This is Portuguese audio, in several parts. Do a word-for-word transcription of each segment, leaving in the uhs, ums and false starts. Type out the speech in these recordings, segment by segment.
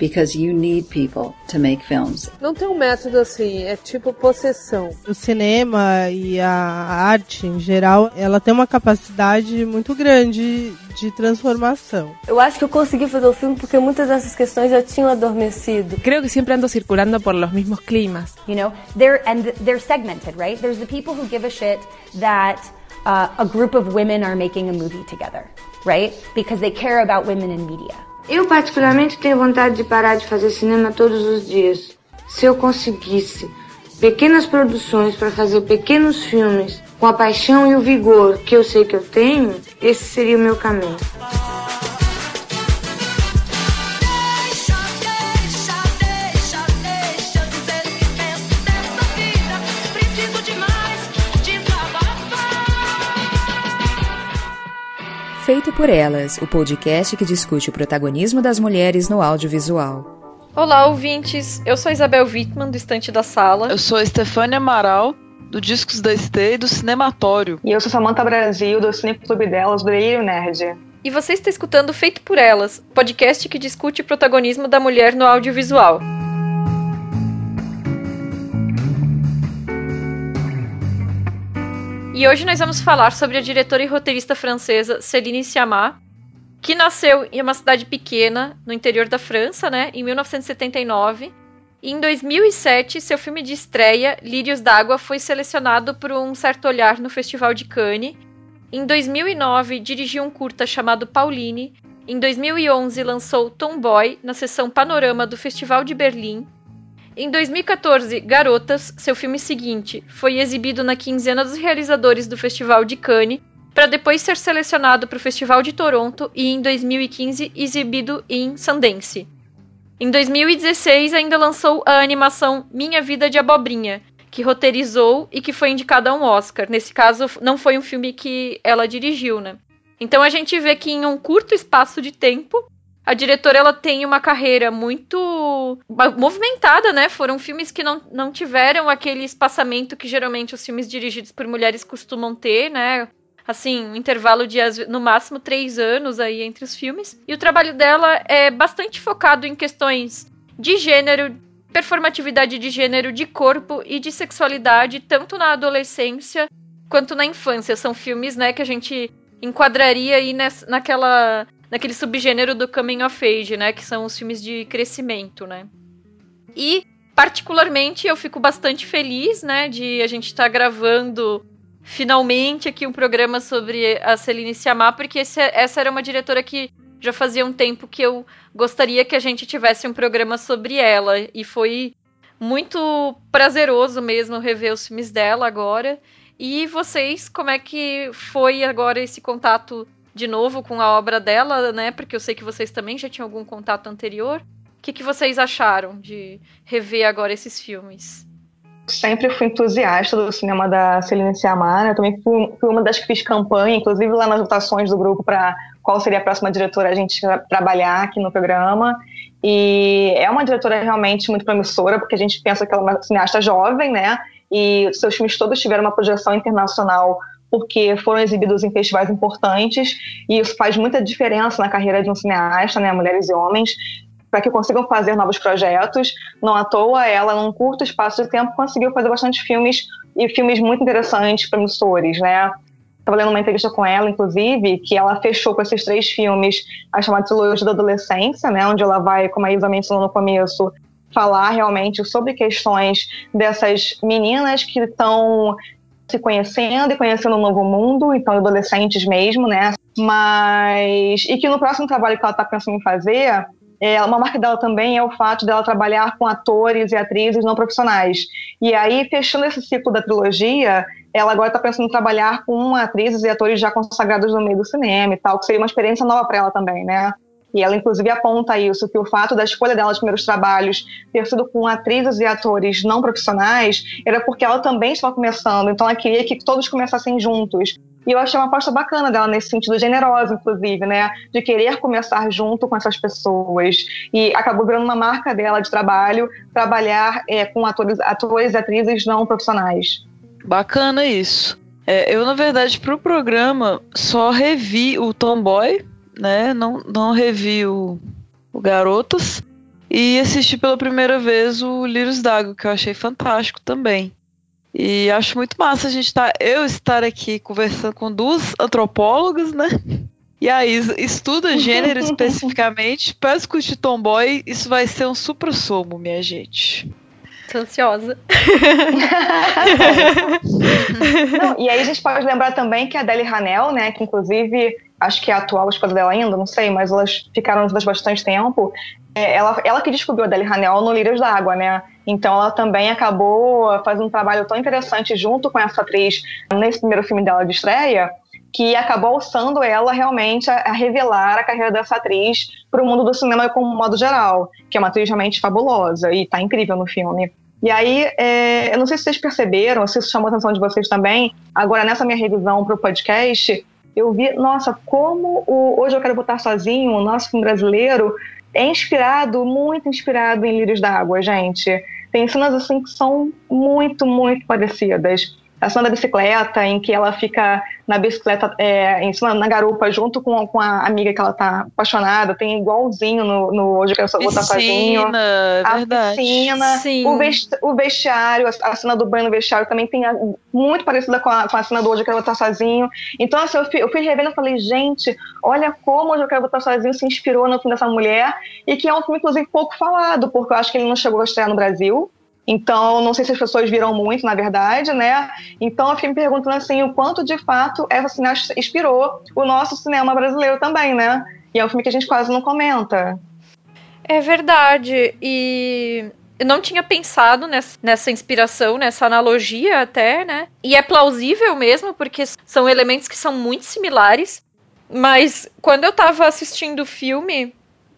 because you need people to make films. Não tem um método assim, é tipo possessão. O cinema e a arte em geral, ela tem uma capacidade muito grande de transformação. Eu acho que eu consegui fazer o filme porque muitas dessas questões já tinham adormecido. Creo que siempre ando circulando por los mismos climas. You know, they're and they're segmented, right? There's the people who give a shit that uh, a group of women are making a movie together, right? Because they care about women in media. Eu particularmente tenho vontade de parar de fazer cinema todos os dias. Se eu conseguisse pequenas produções para fazer pequenos filmes com a paixão e o vigor que eu sei que eu tenho, esse seria o meu caminho. Feito por Elas, o podcast que discute o protagonismo das mulheres no audiovisual. Olá, ouvintes! Eu sou Isabel Wittmann, do Estante da Sala. Eu sou Estefânia Amaral, do Discos da Estê e do Cinematório. E eu sou Samantha Brasil, do Cineclube Delas, do Delírio Nerd. E você está escutando Feito por Elas, podcast que discute o protagonismo da mulher no audiovisual. E hoje nós vamos falar sobre a diretora e roteirista francesa Céline Sciamma, que nasceu em uma cidade pequena no interior da França, né, em mil novecentos e setenta e nove. E em dois mil e sete, seu filme de estreia, Lírios d'Água, foi selecionado por Um Certo Olhar no Festival de Cannes. Em dois mil e nove, dirigiu um curta chamado Pauline. Em dois mil e onze, lançou Tomboy na sessão Panorama do Festival de Berlim. Em dois mil e quatorze, Garotas, seu filme seguinte, foi exibido na quinzena dos realizadores do Festival de Cannes, para depois ser selecionado para o Festival de Toronto e, em dois mil e quinze, exibido em Sundance. Em dois mil e dezesseis, ainda lançou a animação Minha Vida de Abobrinha, que roteirizou e que foi indicada a um Oscar. Nesse caso, não foi um filme que ela dirigiu, né? Então a gente vê que em um curto espaço de tempo, a diretora ela tem uma carreira muito movimentada, né? Foram filmes que não, não tiveram aquele espaçamento que geralmente os filmes dirigidos por mulheres costumam ter, né? Assim, um intervalo de no máximo três anos aí entre os filmes. E o trabalho dela é bastante focado em questões de gênero, performatividade de gênero, de corpo e de sexualidade, tanto na adolescência quanto na infância. São filmes, né, que a gente enquadraria aí nessa, naquela... naquele subgênero do coming of age, né, que são os filmes de crescimento, né. E, particularmente, eu fico bastante feliz, né, de a gente estar tá gravando finalmente aqui um programa sobre a Céline Sciamma, porque esse, essa era uma diretora que já fazia um tempo que eu gostaria que a gente tivesse um programa sobre ela, e foi muito prazeroso mesmo rever os filmes dela agora. E vocês, como é que foi agora esse contato de novo com a obra dela, né? Porque eu sei que vocês também já tinham algum contato anterior. O que, que vocês acharam de rever agora esses filmes? Sempre fui entusiasta do cinema da Céline Sciamma, né? Eu também fui, fui uma das que fiz campanha, inclusive lá nas votações do grupo, para qual seria a próxima diretora a gente trabalhar aqui no programa. E é uma diretora realmente muito promissora, porque a gente pensa que ela é uma cineasta jovem, né? E seus filmes todos tiveram uma projeção internacional porque foram exibidos em festivais importantes, e isso faz muita diferença na carreira de um cineasta, né, mulheres e homens, para que consigam fazer novos projetos. Não à toa, ela, num curto espaço de tempo, conseguiu fazer bastante filmes, e filmes muito interessantes, promissores, né. Estava lendo uma entrevista com ela, inclusive, que ela fechou com esses três filmes a chamada trilogia da adolescência, né, onde ela vai, como a Isa mencionou no começo, falar realmente sobre questões dessas meninas que estão se conhecendo e conhecendo um novo mundo, então adolescentes mesmo, né? Mas... E que no próximo trabalho que ela está pensando em fazer, é, uma marca dela também é o fato dela trabalhar com atores e atrizes não profissionais. E aí, fechando esse ciclo da trilogia, ela agora está pensando em trabalhar com atrizes e atores já consagrados no meio do cinema e tal, que seria uma experiência nova para ela também, né? E ela, inclusive, aponta isso, que o fato da escolha dela de primeiros trabalhos ter sido com atrizes e atores não profissionais era porque ela também estava começando, então ela queria que todos começassem juntos. E eu achei uma aposta bacana dela nesse sentido, generosa, inclusive, né? De querer começar junto com essas pessoas. E acabou virando uma marca dela de trabalho, trabalhar é, com atores, atores e atrizes não profissionais. Bacana isso. É, eu, na verdade, pro programa, só revi o Tomboy, né? Não, não revi o, o Garotas. E assisti pela primeira vez o Lírios d'Água, que eu achei fantástico também. E acho muito massa a gente tá, eu estar aqui conversando com duas antropólogas, né? E a Isa estuda gênero especificamente. Para discutir tomboy, isso vai ser um supra-sumo, minha gente. Tô ansiosa. Não, e aí a gente pode lembrar também que a Adele Hanel, né, que inclusive acho que é a atual esposa dela ainda, não sei, mas elas ficaram juntas bastante tempo. É, ela, ela que descobriu a Adele Hanel no Lírios d'Água, né? Então ela também acabou fazendo um trabalho tão interessante junto com essa atriz nesse primeiro filme dela de estreia, que acabou alçando ela realmente a, a revelar a carreira dessa atriz para o mundo do cinema como modo geral, que é uma atriz realmente fabulosa e tá incrível no filme. E aí, é, eu não sei se vocês perceberam, se isso chamou a atenção de vocês também, agora nessa minha revisão para o podcast, eu vi, nossa, como o Hoje Eu Quero Voltar Sozinho, o nosso filme brasileiro, é inspirado, muito inspirado em Lírios d'Água, gente. Tem cenas assim que são muito, muito parecidas. A cena da bicicleta, em que ela fica na bicicleta, é, em cima, na garupa, junto com, com a amiga que ela tá apaixonada, tem igualzinho no, no Hoje Eu Quero Voltar Sozinho. A verdade. piscina, Sim. O, vesti o vestiário, a, a cena do banho no vestiário também tem a, muito parecida com a, com a cena do Hoje Eu Quero Voltar Sozinho. Então, assim, eu fui, eu fui revendo e falei, gente, olha como Hoje Eu Quero Voltar Sozinho se inspirou no filme dessa mulher, e que é um filme, inclusive, pouco falado, porque eu acho que ele não chegou a estrear no Brasil. Então, não sei se as pessoas viram muito, na verdade, né? Então, eu fiquei me perguntando, assim, o quanto, de fato, essa cineasta inspirou o nosso cinema brasileiro também, né? E é um filme que a gente quase não comenta. É verdade. E eu não tinha pensado nessa, nessa inspiração, nessa analogia até, né? E é plausível mesmo, porque são elementos que são muito similares. Mas, quando eu tava assistindo o filme,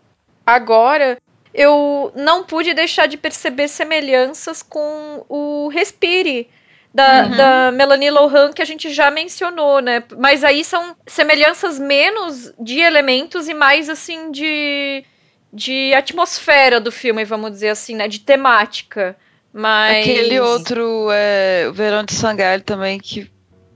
agora... eu não pude deixar de perceber semelhanças com o Respire, da, uhum. da Melanie Lohan, que a gente já mencionou, né? Mas aí são semelhanças menos de elementos e mais, assim, de, de atmosfera do filme, vamos dizer assim, né? De temática. Mas... aquele outro, é, o Verão de Sangalho também, que,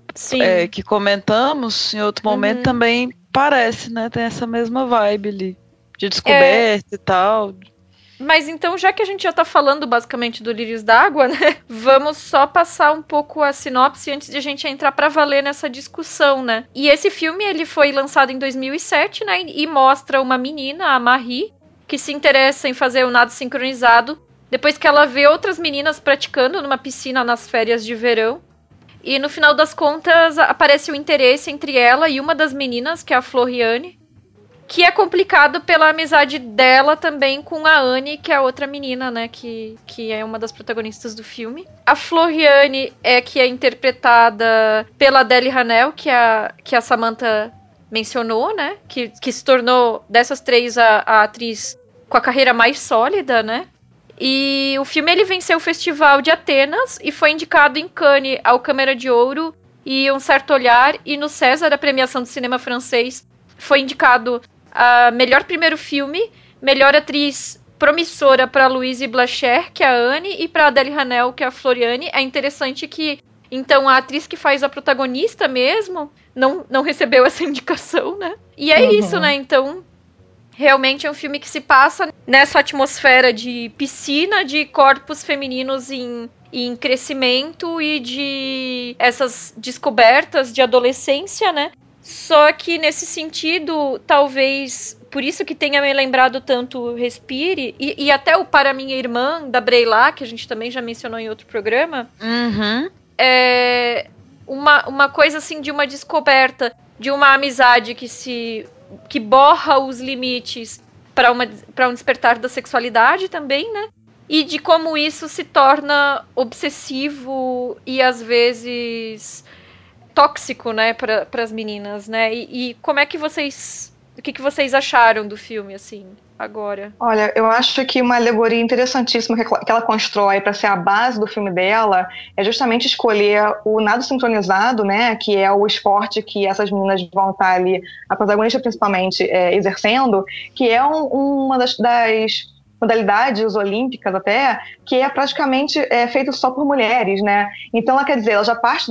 é, que comentamos em outro momento, uhum. também parece, né? Tem essa mesma vibe ali. De descoberta é... e tal. Mas então, já que a gente já tá falando basicamente do Lírios d'Água, né? Vamos só passar um pouco a sinopse antes de a gente entrar pra valer nessa discussão, né? E esse filme, ele foi lançado em dois mil e sete, né? E mostra uma menina, a Marie, que se interessa em fazer o nado sincronizado depois que ela vê outras meninas praticando numa piscina nas férias de verão. E no final das contas, aparece o interesse entre ela e uma das meninas, que é a Floriane, que é complicado pela amizade dela também com a Anne, que é a outra menina, né, que, que é uma das protagonistas do filme. A Floriane é que é interpretada pela Adele Hanel, que a, que a Samantha mencionou, né, que, que se tornou, dessas três, a, a atriz com a carreira mais sólida, né. E o filme, ele venceu o Festival de Atenas e foi indicado em Cannes ao Câmara de Ouro e Um Certo Olhar, e no César, a premiação do cinema francês, foi indicado a melhor primeiro filme, melhor atriz promissora para Louise Blacher, que é a Anne, e para Adele Hanel, que é a Floriane. É interessante que, então, a atriz que faz a protagonista mesmo não, não recebeu essa indicação, né? E é uhum. isso, né? Então, realmente é um filme que se passa nessa atmosfera de piscina, de corpos femininos em, em crescimento e de essas descobertas de adolescência, né? Só que nesse sentido, talvez, por isso que tenha me lembrado tanto Respire, e, e até o Para Minha Irmã, da Breilá, que a gente também já mencionou em outro programa, uhum. é uma, uma coisa assim de uma descoberta, de uma amizade que se que borra os limites para uma para um despertar da sexualidade também, né? E de como isso se torna obsessivo e às vezes tóxico, né, para as meninas, né? E, e como é que vocês, o que, que vocês acharam do filme, assim, agora? Olha, eu acho que uma alegoria interessantíssima que ela constrói para ser a base do filme dela é justamente escolher o nado sincronizado, né, que é o esporte que essas meninas vão estar ali, a protagonista principalmente, é, exercendo, que é um, uma das, das modalidades olímpicas até, que é praticamente é, feito só por mulheres, né? Então, ela quer dizer, ela já parte do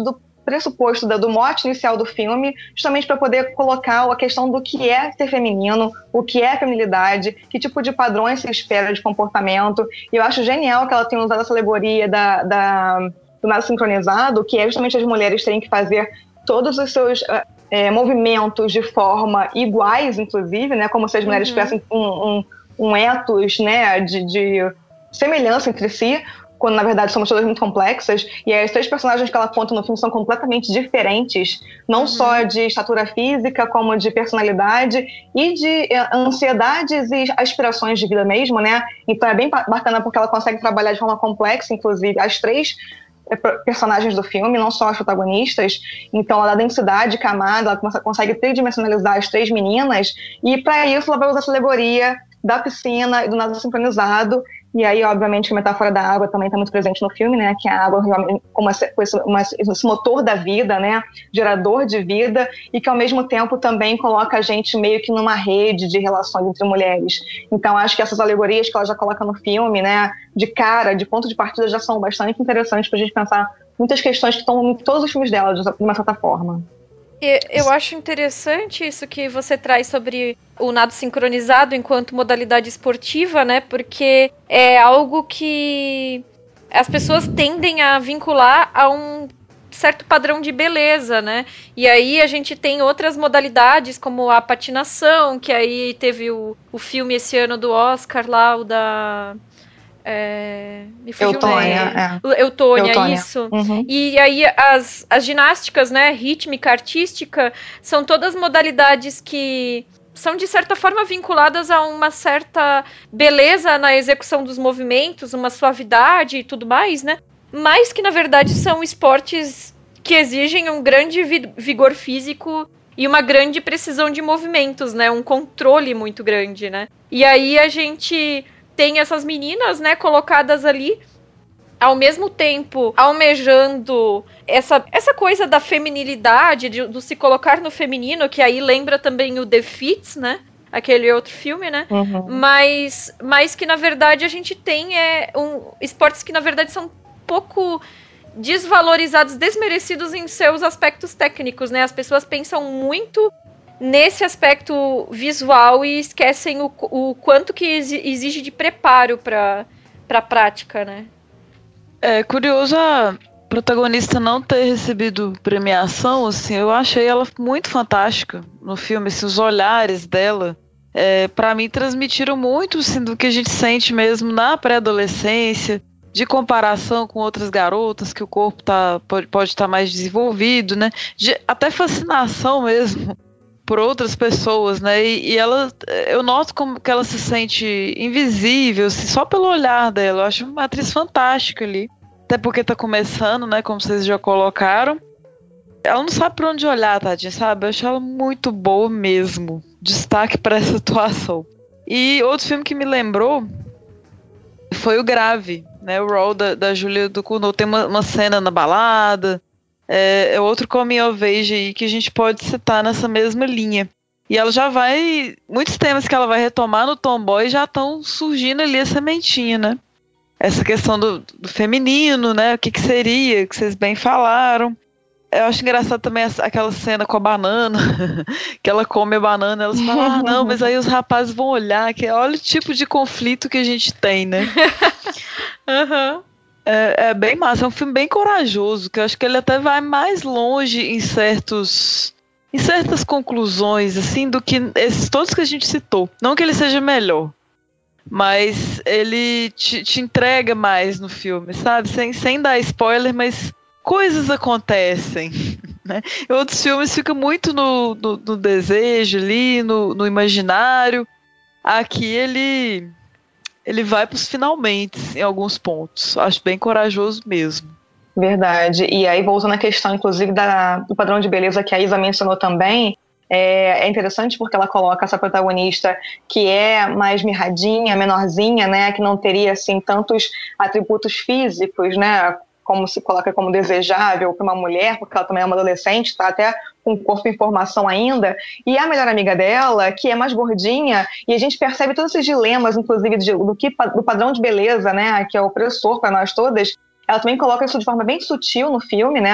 pressuposto do mote inicial do filme, justamente para poder colocar a questão do que é ser feminino, o que é feminilidade, que tipo de padrões se espera de comportamento. E eu acho genial que ela tenha usado essa alegoria da, da, do nada sincronizado, que é justamente as mulheres terem que fazer todos os seus é, movimentos de forma iguais, inclusive, né, como se as mulheres uhum. tivessem um, um, um ethos, né, de, de semelhança entre si, quando na verdade somos todas muito complexas, e as três personagens que ela conta no filme são completamente diferentes, não uhum. só de estatura física, como de personalidade e de ansiedades e aspirações de vida mesmo, né? Então é bem bacana porque ela consegue trabalhar de forma complexa, inclusive, as três personagens do filme, não só as protagonistas. Então ela dá densidade, camada, ela consegue tridimensionalizar as três meninas, e para isso ela vai usar essa alegoria da piscina e do nada sincronizado. E aí, obviamente, a metáfora da água também está muito presente no filme, né? Que a água como esse, esse motor da vida, né? Gerador de vida, e que ao mesmo tempo também coloca a gente meio que numa rede de relações entre mulheres. Então, acho que essas alegorias que ela já coloca no filme, né? De cara, de ponto de partida, já são bastante interessantes para a gente pensar muitas questões que estão em todos os filmes dela, de uma certa forma. Eu acho interessante isso que você traz sobre o nado sincronizado enquanto modalidade esportiva, né? Porque é algo que as pessoas tendem a vincular a um certo padrão de beleza, né? E aí a gente tem outras modalidades, como a patinação, que aí teve o, o filme esse ano do Oscar lá, o da... É, me fugiu, Eutônia, né? é. Eutônia, Eutônia, isso. Uhum. E aí as, as ginásticas, né, rítmica, artística, são todas modalidades que são de certa forma vinculadas a uma certa beleza na execução dos movimentos, uma suavidade e tudo mais, né? Mas que na verdade são esportes que exigem um grande vi- vigor físico e uma grande precisão de movimentos, né? Um controle muito grande, né? E aí a gente tem essas meninas, né, colocadas ali, ao mesmo tempo almejando essa, essa coisa da feminilidade, de, de se colocar no feminino, que aí lembra também o The Fits, né, aquele outro filme, né, uhum. mas, mas que na verdade a gente tem é, um, esportes que na verdade são pouco desvalorizados, desmerecidos em seus aspectos técnicos, né, as pessoas pensam muito nesse aspecto visual e esquecem o, o quanto que exige de preparo para a prática, né? É curioso a protagonista não ter recebido premiação, assim, eu achei ela muito fantástica no filme, assim, os olhares dela, é, para mim transmitiram muito, assim, do que a gente sente mesmo na pré-adolescência, de comparação com outras garotas, que o corpo tá, pode, pode estar mais desenvolvido, né? De, até fascinação mesmo por outras pessoas, né, e, e ela, eu noto como que ela se sente invisível, assim, só pelo olhar dela. Eu acho uma atriz fantástica ali, até porque tá começando, né, como vocês já colocaram. Ela não sabe pra onde olhar, tadinha, sabe? Eu acho ela muito boa mesmo, destaque para essa atuação. E outro filme que me lembrou foi o Grave, né, o Raw da, da Julia Ducournau. Tem uma, uma cena na balada. É, é outro coming of age aí que a gente pode citar nessa mesma linha. E ela já vai... Muitos temas que ela vai retomar no Tomboy já estão surgindo ali a sementinha, né? Essa questão do, do feminino, né? O que, que seria, que vocês bem falaram. Eu acho engraçado também aquela cena com a banana, que ela come a banana, elas falam, ah, não, mas aí os rapazes vão olhar, que olha o tipo de conflito que a gente tem, né? Aham. Uhum. É, é bem massa, é um filme bem corajoso, que eu acho que ele até vai mais longe em certos, em certas conclusões, assim, do que esses todos que a gente citou. Não que ele seja melhor, mas ele te, te entrega mais no filme, sabe? Sem, sem dar spoiler, mas coisas acontecem, né? Em outros filmes fica muito no, no, no desejo ali, no, no imaginário. Aqui ele... ele vai para os finalmente em alguns pontos. Acho bem corajoso mesmo. Verdade. E aí, voltando à questão, inclusive, da, do padrão de beleza que a Isa mencionou também, é, é interessante porque ela coloca essa protagonista que é mais mirradinha, menorzinha, né, que não teria, assim, tantos atributos físicos, né, como se coloca como desejável para uma mulher, porque ela também é uma adolescente, está até com o corpo em formação ainda, e a melhor amiga dela, que é mais gordinha, e a gente percebe todos esses dilemas, inclusive, de, do, que, do padrão de beleza, né, que é opressor para nós todas. Ela também coloca isso de forma bem sutil no filme, né,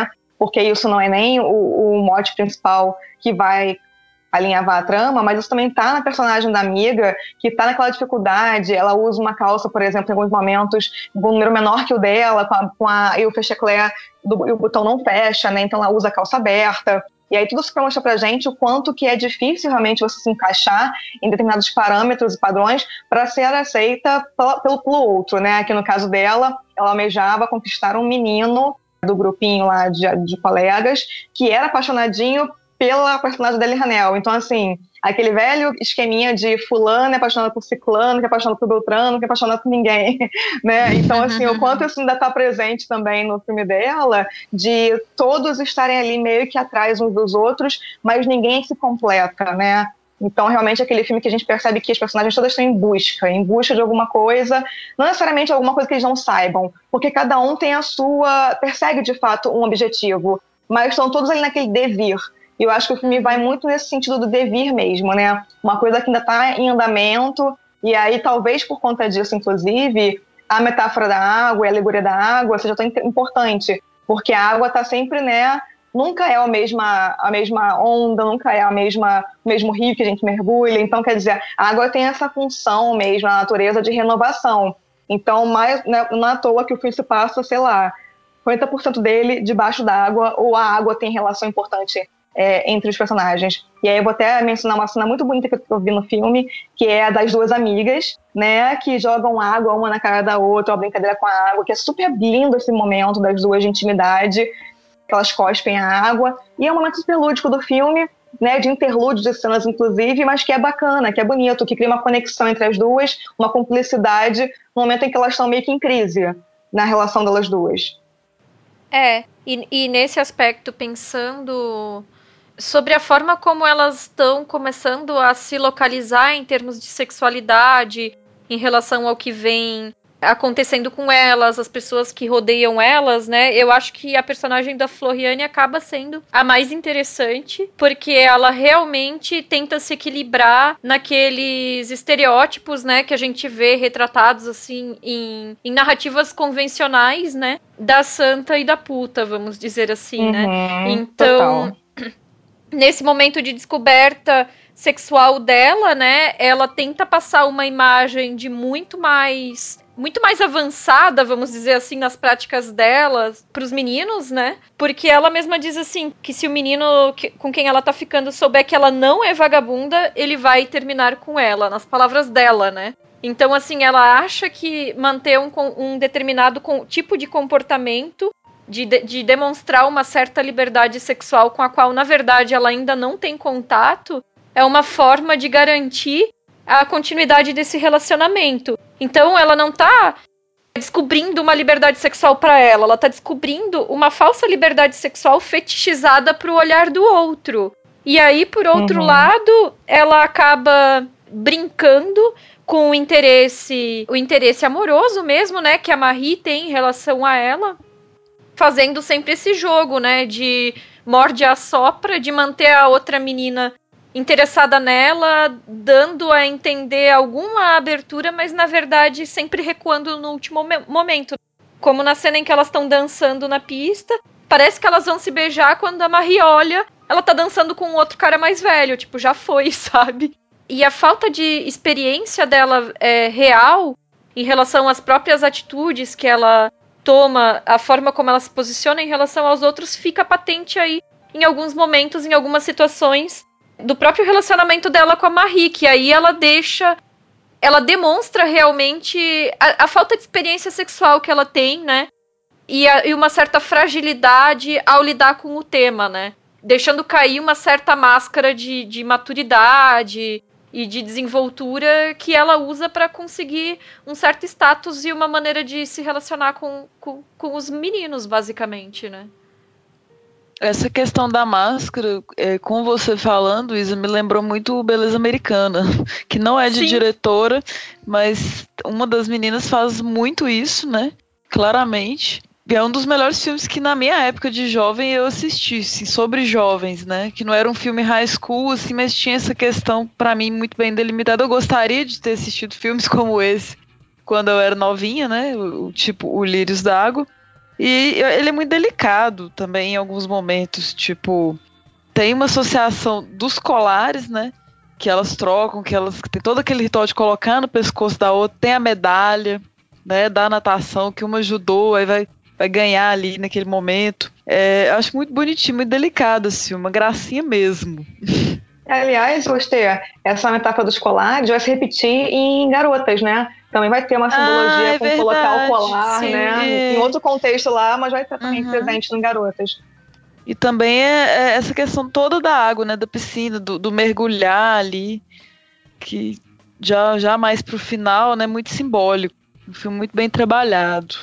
porque isso não é nem o, o mote principal que vai alinhavar a trama, mas isso também tá na personagem da amiga, que tá naquela dificuldade. Ela usa uma calça, por exemplo, em alguns momentos, um número menor que o dela, com a, com a e o fecheclé, do, e o botão não fecha, né? Então ela usa a calça aberta. E aí tudo isso pra mostrar pra gente o quanto que é difícil realmente você se encaixar em determinados parâmetros e padrões para ser aceita pela, pelo, pelo outro, né? Que no caso dela, ela almejava conquistar um menino do grupinho lá de, de colegas, que era apaixonadinho pela personagem da Ellie Hanel. Então, assim, aquele velho esqueminha de fulano é apaixonado por ciclano, que é apaixonado por Beltrano, que é apaixonado por ninguém, né? Então, assim, o quanto isso ainda está presente também no filme dela, de todos estarem ali meio que atrás uns dos outros, mas ninguém se completa, né? Então, realmente, é aquele filme que a gente percebe que as personagens todas estão em busca, em busca de alguma coisa, não necessariamente alguma coisa que eles não saibam, porque cada um tem a sua, persegue, de fato, um objetivo, mas estão todos ali naquele devir. E eu acho que o filme vai muito nesse sentido do devir mesmo, né? Uma coisa que ainda está em andamento, e aí talvez por conta disso, inclusive, a metáfora da água e a alegoria da água seja tão importante, porque a água está sempre, né? Nunca é a mesma, a mesma onda, nunca é a mesma, o mesmo rio que a gente mergulha. Então, quer dizer, a água tem essa função mesmo, a natureza de renovação. Então, mais, né, não é à toa que o filme se passa, sei lá, quarenta por cento dele debaixo d'água, ou a água tem relação importante É, entre os personagens. E aí eu vou até mencionar uma cena muito bonita que eu vi no filme, que é a das duas amigas, né, que jogam água uma na cara da outra, uma brincadeira com a água, que é super lindo esse momento das duas de intimidade, que elas cospem a água, e é um momento super lúdico do filme, né, de interlúdio de cenas inclusive, mas que é bacana, que é bonito, que cria uma conexão entre as duas, uma cumplicidade no momento em que elas estão meio que em crise na relação delas duas. É, e, e nesse aspecto, pensando sobre a forma como elas estão começando a se localizar em termos de sexualidade, em relação ao que vem acontecendo com elas, as pessoas que rodeiam elas, né? Eu acho que a personagem da Floriane acaba sendo a mais interessante, porque ela realmente tenta se equilibrar naqueles estereótipos, né, que a gente vê retratados, assim, em, em narrativas convencionais, né, da santa e da puta, vamos dizer assim, uhum, né? Então, total. Nesse momento de descoberta sexual dela, né, ela tenta passar uma imagem de muito mais, muito mais avançada, vamos dizer assim, nas práticas delas pros meninos, né, porque ela mesma diz assim, que se o menino que, com quem ela tá ficando souber que ela não é vagabunda, ele vai terminar com ela, nas palavras dela, né. Então, assim, ela acha que manter um, um determinado com, tipo de comportamento De, de demonstrar uma certa liberdade sexual com a qual, na verdade, ela ainda não tem contato, é uma forma de garantir a continuidade desse relacionamento. Então, ela não tá descobrindo uma liberdade sexual para ela, ela tá descobrindo uma falsa liberdade sexual fetichizada pro olhar do outro. E aí, por outro uhum. lado, ela acaba brincando com o interesse, o interesse amoroso mesmo, né, que a Marie tem em relação a ela, fazendo sempre esse jogo, né, de morde a sopra, de manter a outra menina interessada nela, dando a entender alguma abertura, mas na verdade sempre recuando no último momento. Como na cena em que elas estão dançando na pista, parece que elas vão se beijar, quando a Marie olha, ela tá dançando com outro cara mais velho, tipo, já foi, sabe? E a falta de experiência dela é, real, em relação às próprias atitudes que ela toma, a forma como ela se posiciona em relação aos outros, fica patente aí em alguns momentos, em algumas situações do próprio relacionamento dela com a Marie, que aí ela deixa, ela demonstra realmente a, a falta de experiência sexual que ela tem, né, e, a, e uma certa fragilidade ao lidar com o tema, né, deixando cair uma certa máscara de, de maturidade e de desenvoltura que ela usa para conseguir um certo status e uma maneira de se relacionar com, com, com os meninos, basicamente, né? Essa questão da máscara, é, com você falando, Isa, me lembrou muito Beleza Americana, que não é de Sim. diretora, mas uma das meninas faz muito isso, né? Claramente. É um dos melhores filmes que na minha época de jovem eu assisti, assim, sobre jovens, né? Que não era um filme high school, assim, mas tinha essa questão, pra mim, muito bem delimitada. Eu gostaria de ter assistido filmes como esse quando eu era novinha, né? O, tipo, o Lírios d'Água. E ele é muito delicado também em alguns momentos, tipo, tem uma associação dos colares, né, que elas trocam, que elas que tem todo aquele ritual de colocar no pescoço da outra, tem a medalha, né, da natação, que uma ajudou, aí vai, vai ganhar ali naquele momento. É, eu acho muito bonitinho, muito delicado, assim, uma gracinha mesmo. Aliás, gostei, essa metáfora dos colares vai se repetir em Garotas, né? Também vai ter uma simbologia ah, é com verdade, colocar o colar, sim, né? é. Em outro contexto lá, mas vai estar também Uhum. presente em Garotas. E também é, é essa questão toda da água, né? Da piscina, do, do mergulhar ali, que já, já mais pro final, né? Muito simbólico. Um filme muito bem trabalhado.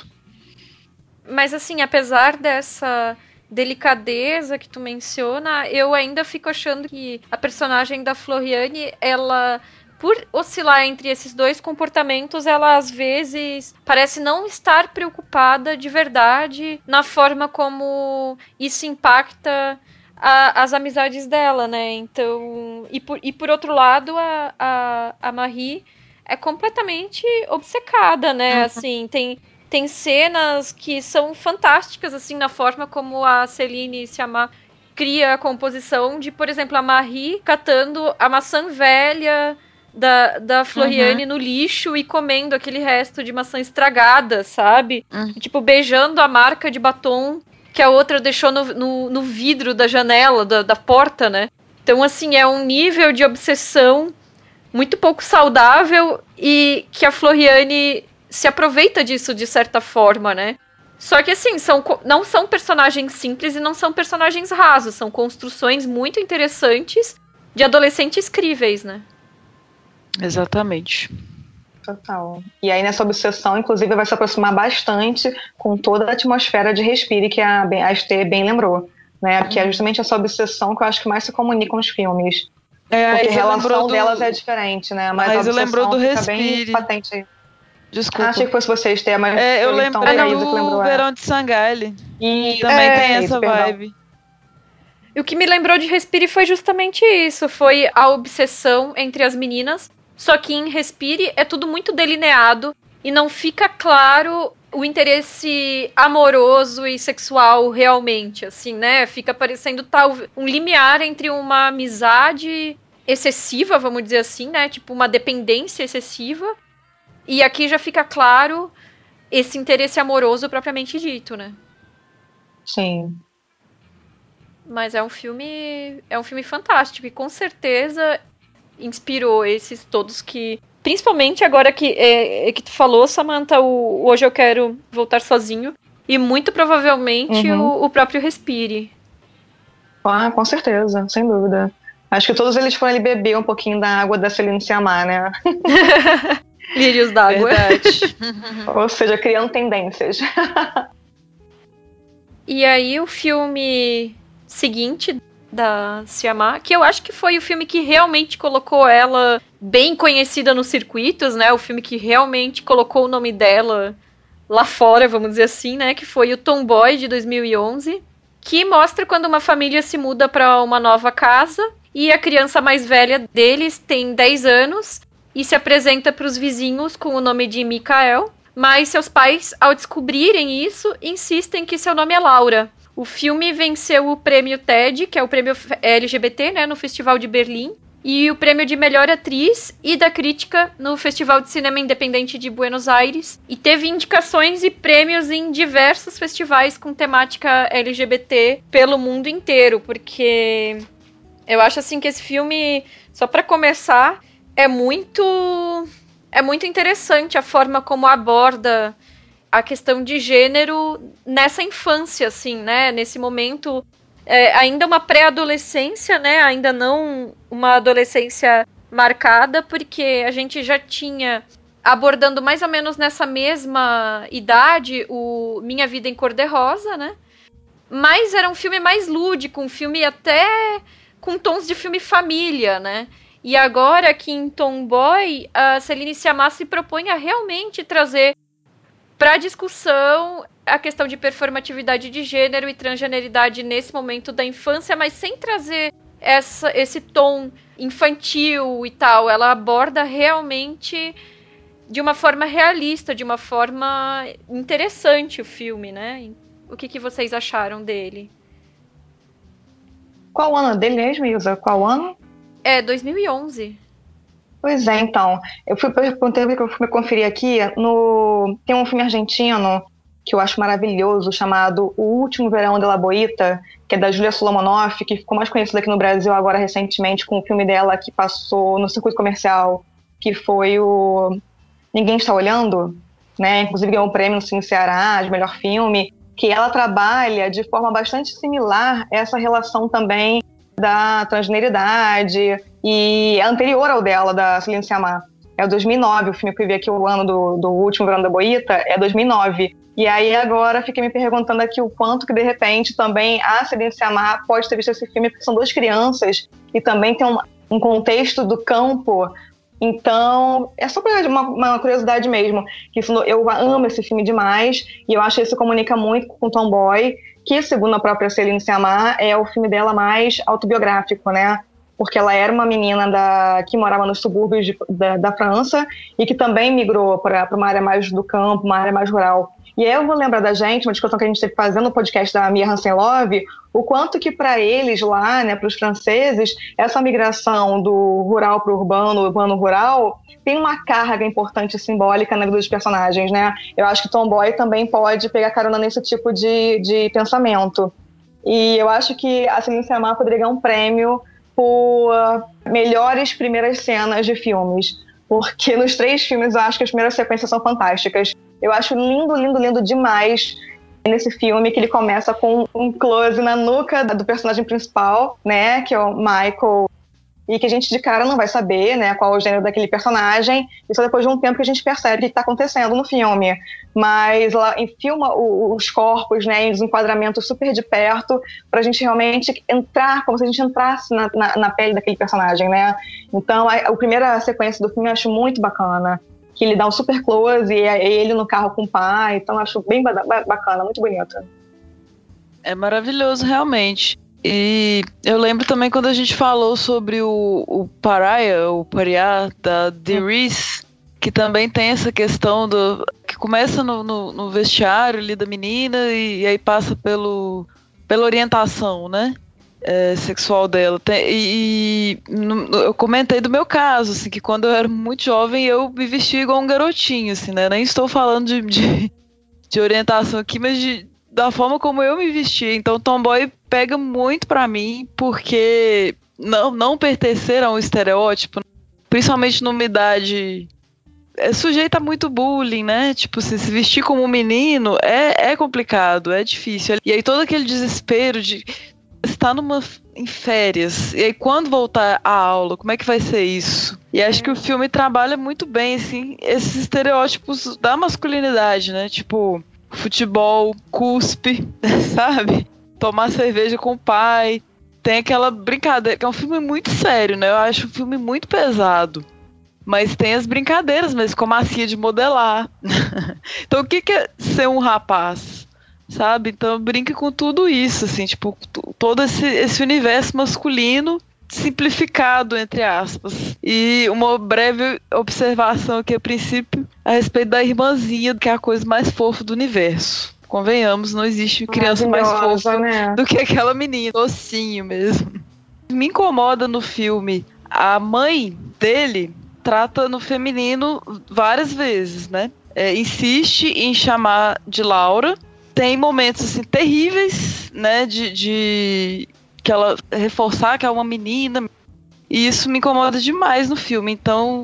Mas assim, apesar dessa delicadeza que tu menciona, eu ainda fico achando que a personagem da Floriane, ela, por oscilar entre esses dois comportamentos, ela às vezes parece não estar preocupada de verdade na forma como isso impacta a, as amizades dela, né? Então, e por, e por outro lado, a, a, a Marie é completamente obcecada, né? Uhum. Assim, tem... Tem cenas que são fantásticas, assim, na forma como a Céline Sciamma cria a composição de, por exemplo, a Marie catando a maçã velha da, da Floriane uhum. no lixo e comendo aquele resto de maçã estragada, sabe? Uhum. Tipo, beijando a marca de batom que a outra deixou no, no, no vidro da janela, da, da porta, né? Então, assim, é um nível de obsessão muito pouco saudável e que a Floriane se aproveita disso de certa forma, né? Só que assim, são, não são personagens simples e não são personagens rasos, são construções muito interessantes de adolescentes críveis, né? Exatamente. Total. E aí nessa obsessão, inclusive, vai se aproximar bastante com toda a atmosfera de Respire que a, a Estê bem lembrou, né? Porque é justamente essa obsessão que eu acho que mais se comunica nos filmes. É, porque a relação do... delas é diferente, né? Mas, mas a eu lembrou do fica Respire. Bem patente aí. Desculpa. Ah, achei que fosse vocês, Té, mas é, eu então, lembrei então, do lembrou, Verão é. de Sangalli. E também é, tem essa isso, vibe. E o que me lembrou de Respire foi justamente isso. Foi a obsessão entre as meninas. Só que em Respire é tudo muito delineado. E não fica claro o interesse amoroso e sexual realmente, assim, né? Fica parecendo tal, um limiar entre uma amizade excessiva, vamos dizer assim, né? Tipo, uma dependência excessiva. E aqui já fica claro esse interesse amoroso propriamente dito, né? Sim. Mas é um filme, é um filme fantástico e com certeza inspirou esses todos que... Principalmente agora que, é, é que tu falou, Samantha, o Hoje Eu Quero Voltar Sozinho. E muito provavelmente uhum. o, o próprio Respire. Ah, com certeza, sem dúvida. Acho que todos eles foram ali beber um pouquinho da água da Céline Sciamma, né? Lírios d'água. Verdade. Ou seja, criando tendências. E aí o filme seguinte da Sciamma, que eu acho que foi o filme que realmente colocou ela bem conhecida nos circuitos, né? O filme que realmente colocou o nome dela lá fora, vamos dizer assim, né? Que foi o Tomboy, de dois mil e onze, que mostra quando uma família se muda para uma nova casa e a criança mais velha deles tem dez anos e se apresenta para os vizinhos com o nome de Mikael, mas seus pais, ao descobrirem isso, insistem que seu nome é Laura. O filme venceu o prêmio T E D, que é o prêmio L G B T, né, no Festival de Berlim, e o prêmio de Melhor Atriz e da Crítica no Festival de Cinema Independente de Buenos Aires, e teve indicações e prêmios em diversos festivais com temática L G B T pelo mundo inteiro, porque eu acho assim que esse filme, só para começar, é muito, é muito interessante a forma como aborda a questão de gênero nessa infância, assim, né? Nesse momento, é, ainda uma pré-adolescência, né? Ainda não uma adolescência marcada, porque a gente já tinha, abordando mais ou menos nessa mesma idade, o Minha Vida em Cor-de-Rosa, né? Mas era um filme mais lúdico, um filme até com tons de filme família, né? E agora, aqui em Tomboy, a Céline Sciamma se propõe a realmente trazer para discussão a questão de performatividade de gênero e transgeneridade nesse momento da infância, mas sem trazer essa, esse tom infantil e tal. Ela aborda realmente de uma forma realista, de uma forma interessante o filme, né? O que, que vocês acharam dele? Qual ano dele mesmo, Ilza? Qual ano? É, dois mil e onze. Pois é, então. Eu fui perguntei que eu fui conferir aqui. No, tem um filme argentino que eu acho maravilhoso, chamado O Último Verão de La Boita, que é da Julia Solomonoff, que ficou mais conhecida aqui no Brasil agora recentemente com o filme dela que passou no circuito comercial, que foi o Ninguém Está Olhando, né? Inclusive ganhou um prêmio no Cine Ceará de melhor filme, que ela trabalha de forma bastante similar essa relação também da transgeneridade, e é anterior ao dela, da Céline Sciamma. É o dois mil e nove, o filme que eu vi aqui, o ano do, do Último Verão da Boita, é dois mil e nove. E aí agora fiquei me perguntando aqui o quanto que de repente também a Céline Sciamma pode ter visto esse filme, porque são duas crianças e também tem um, um contexto do campo. Então, é só uma, uma curiosidade mesmo, que isso, eu amo esse filme demais, e eu acho que isso comunica muito com Tomboy, que, segundo a própria Céline Sciamma, é o filme dela mais autobiográfico, né? Porque ela era uma menina da, que morava nos subúrbios de, da, da França e que também migrou para uma área mais do campo, uma área mais rural. E aí eu vou lembrar da gente, uma discussão que a gente teve fazendo no podcast da Mia Hansen-Love, o quanto que para eles lá, né, para os franceses, essa migração do rural para o urbano, urbano-rural, tem uma carga importante simbólica na vida dos personagens, né? Eu acho que Tomboy também pode pegar carona nesse tipo de, de pensamento. E eu acho que a Céline Sciamma poderia ganhar um prêmio por melhores primeiras cenas de filmes, porque nos três filmes eu acho que as primeiras sequências são fantásticas. Eu acho lindo, lindo, lindo demais nesse filme que ele começa com um close na nuca do personagem principal, né, que é o Michael, e que a gente de cara não vai saber, né, qual é o gênero daquele personagem, e só depois de um tempo que a gente percebe o que está acontecendo no filme. Mas ela filma o, os corpos, né, em desenquadramento super de perto, pra gente realmente entrar, como se a gente entrasse na, na, na pele daquele personagem, né. Então, a, a primeira sequência do filme eu acho muito bacana, que ele dá um super close, e é ele no carro com o pai, então eu acho bem bacana, muito bonita. É maravilhoso, realmente. E eu lembro também quando a gente falou sobre o, o Pariah, o Pariah da The Reese, que também tem essa questão do que começa no, no, no vestiário ali da menina e, e aí passa pelo, pela orientação, né, é, sexual dela. Tem, e, e no, eu comentei do meu caso, assim, que quando eu era muito jovem eu me vestia igual um garotinho, assim, né, nem estou falando de, de, de orientação aqui, mas de, da forma como eu me vestia. Então Tomboy pega muito pra mim, porque não, não pertencer a um estereótipo, principalmente numa idade, é sujeita a muito bullying, né? Tipo, se, se vestir como um menino é, é complicado, é difícil. E aí todo aquele desespero de estar numa, em férias, e aí quando voltar à aula, como é que vai ser isso? E acho que o filme trabalha muito bem, assim, esses estereótipos da masculinidade, né? Tipo, futebol, cuspe, sabe? Tomar cerveja com o pai. Tem aquela brincadeira, que é um filme muito sério, né? Eu acho um filme muito pesado. Mas tem as brincadeiras, mas como a Cia de modelar. Então o que que é ser um rapaz? Sabe? Então brinca com tudo isso, assim, tipo, todo esse, esse universo masculino simplificado, entre aspas. E uma breve observação aqui a princípio a respeito da irmãzinha, que é a coisa mais fofa do universo. Convenhamos, não existe criança mais fofa, né, do que aquela menina, docinho mesmo. Me incomoda no filme, a mãe dele trata no feminino várias vezes, né? É, insiste em chamar de Laura. Tem momentos assim terríveis, né, de, de que ela reforçar que é uma menina, e isso me incomoda demais no filme. Então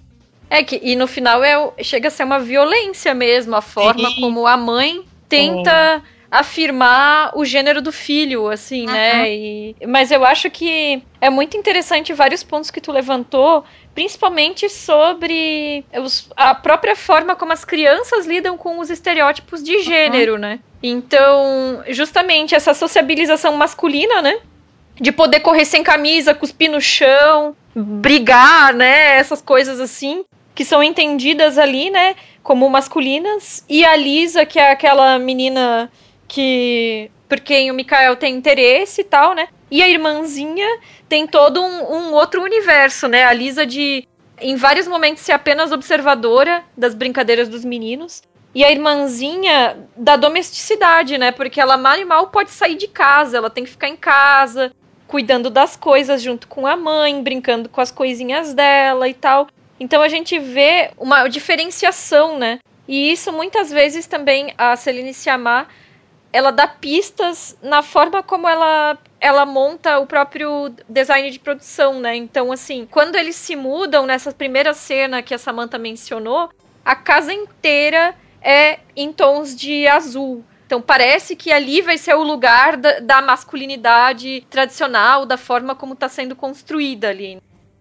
é que e no final é chega a ser uma violência mesmo, a forma Sim. como a mãe tenta Sim. afirmar o gênero do filho, assim, uhum. né? E, mas eu acho que é muito interessante vários pontos que tu levantou, principalmente sobre os, a própria forma como as crianças lidam com os estereótipos de gênero, uhum. né? Então, justamente essa sociabilização masculina, né? De poder correr sem camisa, cuspir no chão, brigar, né? Essas coisas assim, que são entendidas ali, né? Como masculinas. E a Lisa, que é aquela menina que... por quem o Mikael tem interesse e tal, né? E a irmãzinha tem todo um, um outro universo, né? A Lisa de em vários momentos ser apenas observadora das brincadeiras dos meninos. E a irmãzinha da domesticidade, né? Porque ela mal e mal pode sair de casa, ela tem que ficar em casa, cuidando das coisas junto com a mãe, brincando com as coisinhas dela e tal. Então a gente vê uma diferenciação, né? E isso muitas vezes também a Céline Sciamma, ela dá pistas na forma como ela, ela monta o próprio design de produção, né? Então, assim, quando eles se mudam nessa primeira cena que a Samantha mencionou, a casa inteira é em tons de azul. Então parece que ali vai ser o lugar da, da masculinidade tradicional, da forma como está sendo construída ali.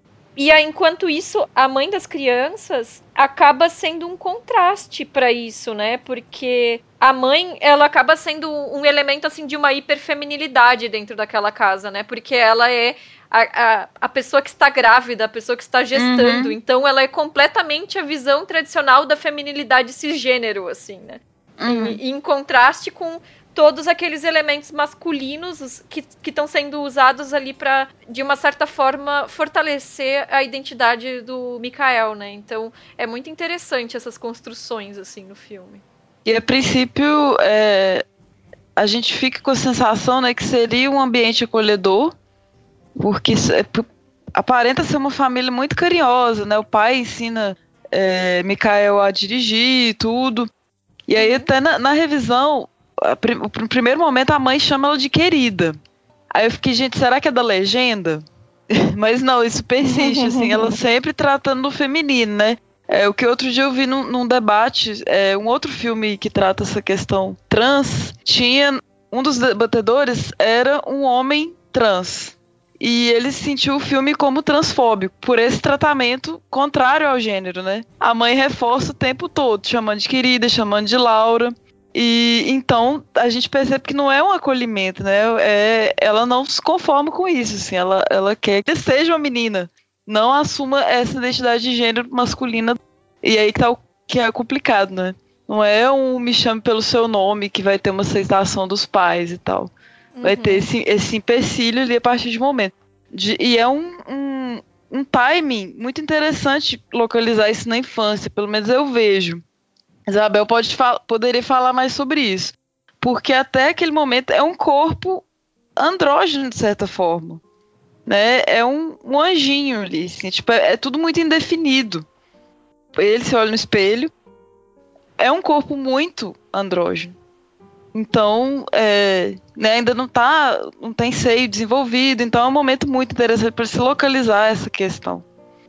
E aí, enquanto isso, a mãe das crianças acaba sendo um contraste para isso, né? Porque a mãe, ela acaba sendo um elemento, assim, de uma hiperfeminilidade dentro daquela casa, né? Porque ela é a, a, a pessoa que está grávida, a pessoa que está gestando. Uhum. Então, ela é completamente a visão tradicional da feminilidade cisgênero, assim, né? Uhum. E, e em contraste com todos aqueles elementos masculinos que estão sendo usados ali para, de uma certa forma, fortalecer a identidade do Mikael, né? Então, é muito interessante essas construções, assim, no filme. E, a princípio, é, a gente fica com a sensação, né, que seria um ambiente acolhedor, porque é, aparenta ser uma família muito carinhosa, né? O pai ensina é, Mikael a dirigir e tudo. E aí, até na, na revisão, no primeiro momento a mãe chama ela de querida. Aí eu fiquei, gente, será que é da legenda? Mas não, isso persiste, assim, ela sempre tratando do feminino, né? É, o que outro dia eu vi num, num debate, é, um outro filme que trata essa questão trans, tinha, um dos debatedores era um homem trans. E ele sentiu o filme como transfóbico, por esse tratamento contrário ao gênero, né? A mãe reforça o tempo todo, chamando de querida, chamando de Laura. E então a gente percebe que não é um acolhimento, né? É, ela não se conforma com isso, assim, ela, ela quer que seja uma menina, não assuma essa identidade de gênero masculina. E aí que tá o que é complicado, né? Não é um me chame pelo seu nome que vai ter uma aceitação dos pais e tal. Vai uhum. ter esse, esse empecilho ali a partir de um momento. De, e é um, um, um timing muito interessante localizar isso na infância, pelo menos eu vejo. Isabel pode fal- poderia falar mais sobre isso. Porque até aquele momento é um corpo andrógeno, de certa forma. Né? É um, um anjinho ali. Assim, tipo, é, é tudo muito indefinido. Ele se olha no espelho. É um corpo muito andrógeno. Então, é, né, ainda não, tá, não tem seio desenvolvido. Então é um momento muito interessante para se localizar essa questão.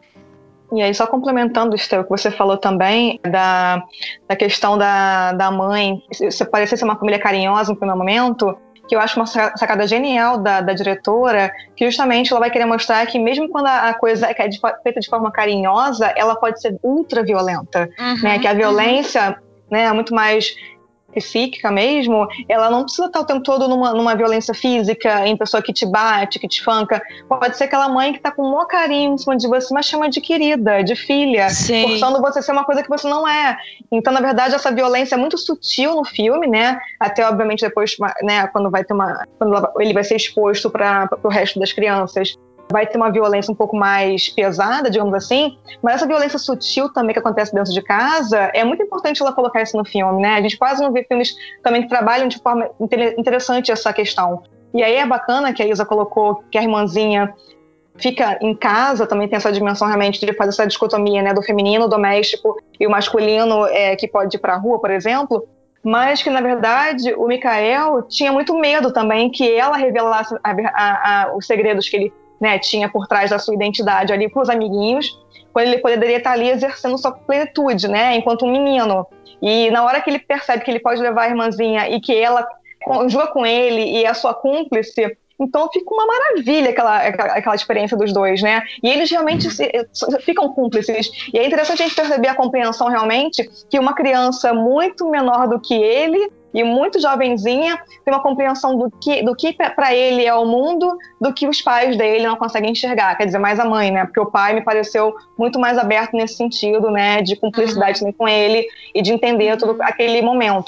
E aí, só complementando, Esther, o que você falou também, da, da questão da, da mãe, se parecer ser uma família carinhosa no primeiro momento, que eu acho uma sacada genial da, da diretora, que justamente ela vai querer mostrar que mesmo quando a coisa é de, feita de forma carinhosa, ela pode ser ultra violenta, uhum, né? Que a violência, uhum, né, é muito mais psíquica mesmo, ela não precisa estar o tempo todo numa, numa violência física, em pessoa que te bate, que te espanca. Pode ser aquela mãe que tá com um maior carinho em cima de você, mas chama de querida, de filha, sim, forçando você a ser uma coisa que você não é. Então, na verdade, essa violência é muito sutil no filme, né? Até, obviamente, depois, né, quando vai ter uma, quando ele vai ser exposto para o resto das crianças, vai ter uma violência um pouco mais pesada, digamos assim, mas essa violência sutil também que acontece dentro de casa, é muito importante ela colocar isso no filme, né? A gente quase não vê filmes também que trabalham de forma interessante essa questão. E aí é bacana que a Isa colocou que a irmãzinha fica em casa, também tem essa dimensão realmente de fazer essa dicotomia, né, do feminino, doméstico, e o masculino é, que pode ir para a rua, por exemplo, mas que, na verdade, o Mikael tinha muito medo também que ela revelasse a, a, a, os segredos que ele, né, tinha por trás da sua identidade ali para os amiguinhos, quando ele poderia estar ali exercendo sua plenitude, né, enquanto um menino. E na hora que ele percebe que ele pode levar a irmãzinha e que ela conjuga com ele e é a sua cúmplice, então fica uma maravilha aquela, aquela experiência dos dois, né? E eles realmente se, ficam cúmplices. E é interessante a gente perceber a compreensão realmente que uma criança muito menor do que ele e muito jovenzinha tem uma compreensão do que, do que para ele é o mundo, do que os pais dele não conseguem enxergar. Quer dizer, mais a mãe, né? Porque o pai me pareceu muito mais aberto nesse sentido, né? De cumplicidade, uhum, com ele e de entender todo aquele momento.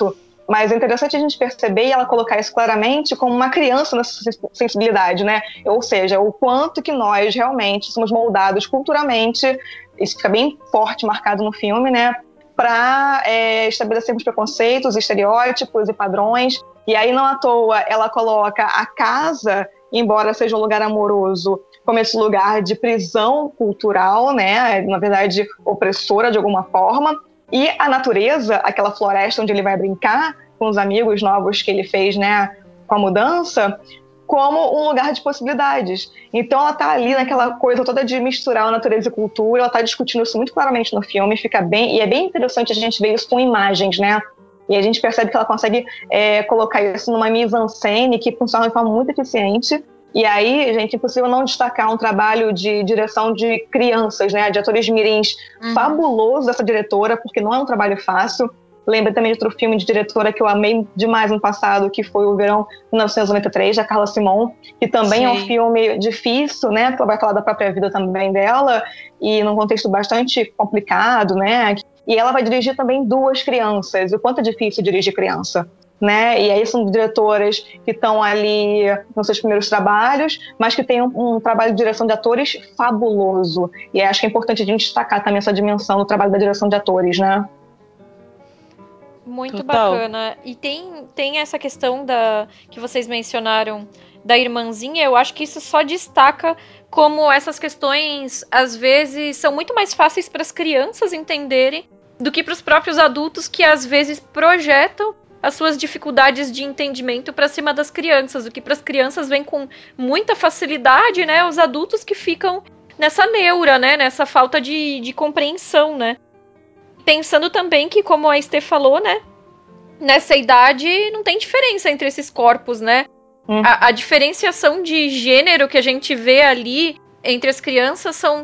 Mas é interessante a gente perceber e ela colocar isso claramente como uma criança nessa sensibilidade, né? Ou seja, o quanto que nós realmente somos moldados culturalmente, isso fica bem forte, marcado no filme, né? Para é, estabelecermos preconceitos, estereótipos e padrões. E aí, não à toa, ela coloca a casa, embora seja um lugar amoroso, como esse lugar de prisão cultural, né? Na verdade, opressora de alguma forma. E a natureza, aquela floresta onde ele vai brincar com os amigos novos que ele fez, né, com a mudança, como um lugar de possibilidades. Então ela tá ali naquela coisa toda de misturar a natureza e cultura, ela tá discutindo isso muito claramente no filme, fica bem, e é bem interessante a gente ver isso com imagens, né? E a gente percebe que ela consegue é, colocar isso numa mise-en-scène que funciona de forma muito eficiente. E aí, gente, é impossível não destacar um trabalho de direção de crianças, né, de atores mirins, uhum. fabuloso dessa diretora, porque não é um trabalho fácil. Lembro também de outro filme de diretora que eu amei demais no passado, que foi o Verão mil novecentos e noventa e três, da Carla Simon, que também Sim. é um filme difícil, né, porque ela vai falar da própria vida também dela, e num contexto bastante complicado, né, e ela vai dirigir também duas crianças, o quanto é difícil dirigir criança. Né? E aí são diretoras que estão ali nos seus primeiros trabalhos, mas que têm um, um trabalho de direção de atores fabuloso. E acho que é importante a gente destacar também essa dimensão do trabalho da direção de atores, né? Muito Total. bacana. E tem, tem essa questão da, que vocês mencionaram da irmãzinha, eu acho que isso só destaca como essas questões, às vezes, são muito mais fáceis para as crianças entenderem do que para os próprios adultos, que às vezes projetam as suas dificuldades de entendimento para cima das crianças, o que para as crianças vem com muita facilidade, né? Os adultos que ficam nessa neura, né? Nessa falta de, de compreensão, né? Pensando também que, como a Estê falou, né? Nessa idade não tem diferença entre esses corpos, né? Hum. A, a diferenciação de gênero que a gente vê ali entre as crianças são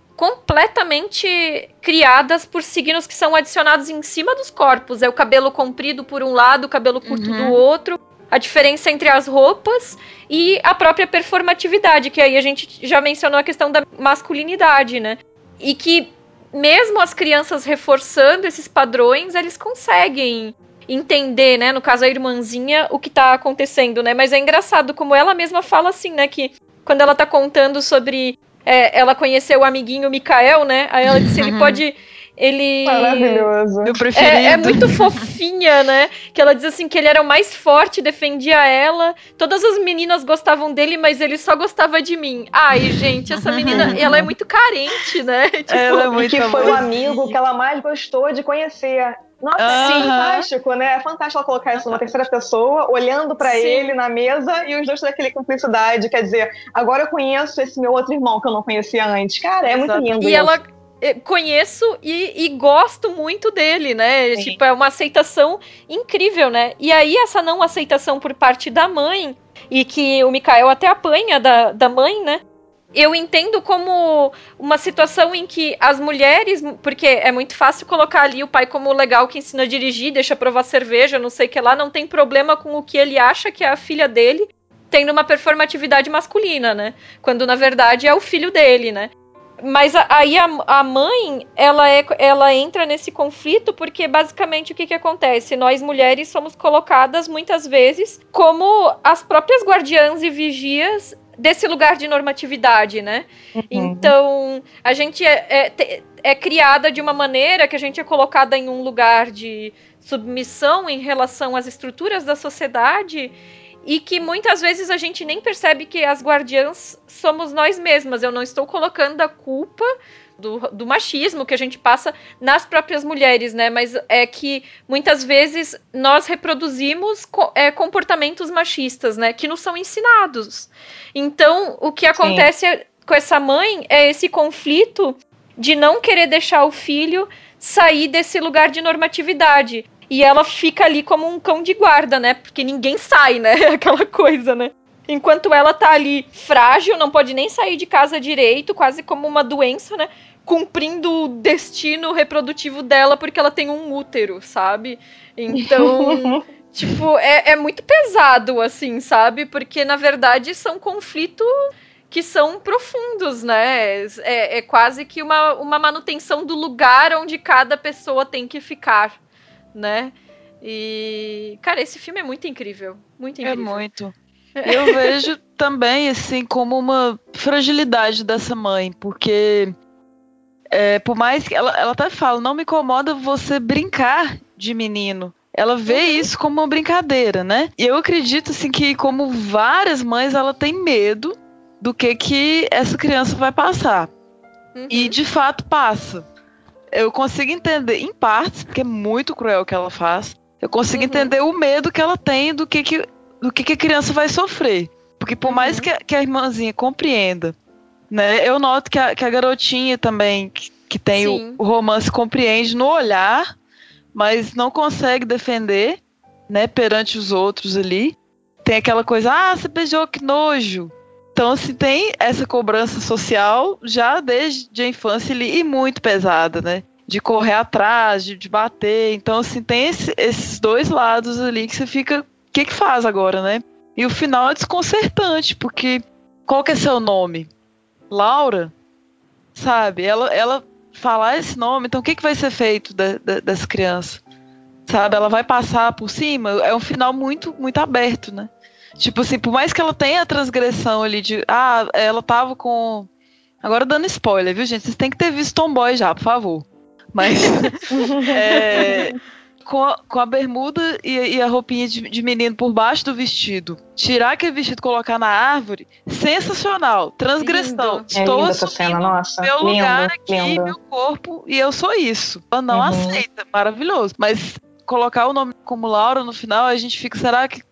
completamente criadas por signos que são adicionados em cima dos corpos. É o cabelo comprido por um lado, o cabelo curto uhum. do outro. A diferença entre as roupas e a própria performatividade, que aí a gente já mencionou a questão da masculinidade, né? E que mesmo as crianças reforçando esses padrões, eles conseguem entender, né? No caso, a irmãzinha, o que tá acontecendo, né? Mas é engraçado como ela mesma fala assim, né? Que quando ela tá contando sobre... É, ela conheceu o amiguinho Mikael, né? Aí ela disse, ele pode... Ele... Maravilhoso. Meu preferido. É, é muito fofinha, né? Que ela diz assim, que ele era o mais forte, defendia ela. Todas as meninas gostavam dele, mas ele só gostava de mim. Ai, gente, essa menina, ela é muito carente, né? Tipo, ela é muito que foi o amigo que ela mais gostou de conhecer. Nossa, uh-huh. é fantástico, né? É fantástico ela colocar isso numa terceira pessoa, olhando pra Sim. ele na mesa e os dois daquele cumplicidade. Quer dizer, agora eu conheço esse meu outro irmão que eu não conhecia antes. Cara, é Exato. Muito lindo E isso. ela... conheço e, e gosto muito dele, né? Sim. Tipo, é uma aceitação incrível, né? E aí, essa não aceitação por parte da mãe, e que o Mikael até apanha da, da mãe, né? Eu entendo como uma situação em que as mulheres, porque é muito fácil colocar ali o pai como legal que ensina a dirigir, deixa provar cerveja, não sei o que lá, não tem problema com o que ele acha que é a filha dele, tendo uma performatividade masculina, né? Quando, na verdade, é o filho dele, né? Mas aí a, a mãe, ela, é, ela entra nesse conflito porque, basicamente, o que, que acontece? Nós, mulheres, somos colocadas, muitas vezes, como as próprias guardiãs e vigias desse lugar de normatividade, né? Uhum. Então, a gente é, é, é criada de uma maneira que a gente é colocada em um lugar de submissão em relação às estruturas da sociedade e que muitas vezes a gente nem percebe que as guardiãs somos nós mesmas. Eu não estou colocando a culpa do, do machismo que a gente passa nas próprias mulheres, né? Mas é que muitas vezes nós reproduzimos é, comportamentos machistas, né? Que nos são ensinados. Então, o que acontece Sim. com essa mãe é esse conflito de não querer deixar o filho sair desse lugar de normatividade. E ela fica ali como um cão de guarda, né? Porque ninguém sai, né? Aquela coisa, né? Enquanto ela tá ali frágil, não pode nem sair de casa direito, quase como uma doença, né? Cumprindo o destino reprodutivo dela porque ela tem um útero, sabe? Então, tipo, é, é muito pesado, assim, sabe? Porque, na verdade, são conflitos que são profundos, né? É, é quase que uma, uma manutenção do lugar onde cada pessoa tem que ficar, né? E, cara, esse filme é muito incrível. Muito incrível. É muito. Eu vejo também, assim, como uma fragilidade dessa mãe, porque é, por mais que ela, ela até fala, não me incomoda você brincar de menino. Ela vê uhum. isso como uma brincadeira, né? E eu acredito, assim, que como várias mães, ela tem medo do que que essa criança vai passar. Uhum. E, de fato, passa. Eu consigo entender, em partes, porque é muito cruel o que ela faz, eu consigo uhum. entender o medo que ela tem do que que do que, que a criança vai sofrer. Porque por uhum. mais que a, que a irmãzinha compreenda, né? Eu noto que a, que a garotinha também, que, que tem o, o romance, compreende no olhar, mas não consegue defender, né? Perante os outros ali. Tem aquela coisa, ah, você beijou, que nojo. Então, assim, tem essa cobrança social já desde a infância ali, e muito pesada, né? De correr atrás, de, de bater. Então, assim, tem esse, esses dois lados ali que você fica... O que que faz agora, né? E o final é desconcertante, porque qual que é seu nome? Laura? Sabe? Ela, ela falar esse nome, então o que que vai ser feito de, de, dessa criança? Sabe? Ela vai passar por cima? É um final muito, muito aberto, né? Tipo assim, por mais que ela tenha a transgressão ali de... Ah, ela tava com... Agora dando spoiler, viu, gente? Vocês têm que ter visto Tomboy já, por favor. Mas... é... Com a, com a bermuda e, e a roupinha de, de menino por baixo do vestido. Tirar aquele vestido e colocar na árvore. Sensacional. Transgressão. Lindo. Estou é essa cena, nossa. meu lindo, lugar aqui, lindo. meu corpo, e eu sou isso. Ela não uhum. aceita. Maravilhoso. Mas colocar o nome como Laura no final, a gente fica, será que,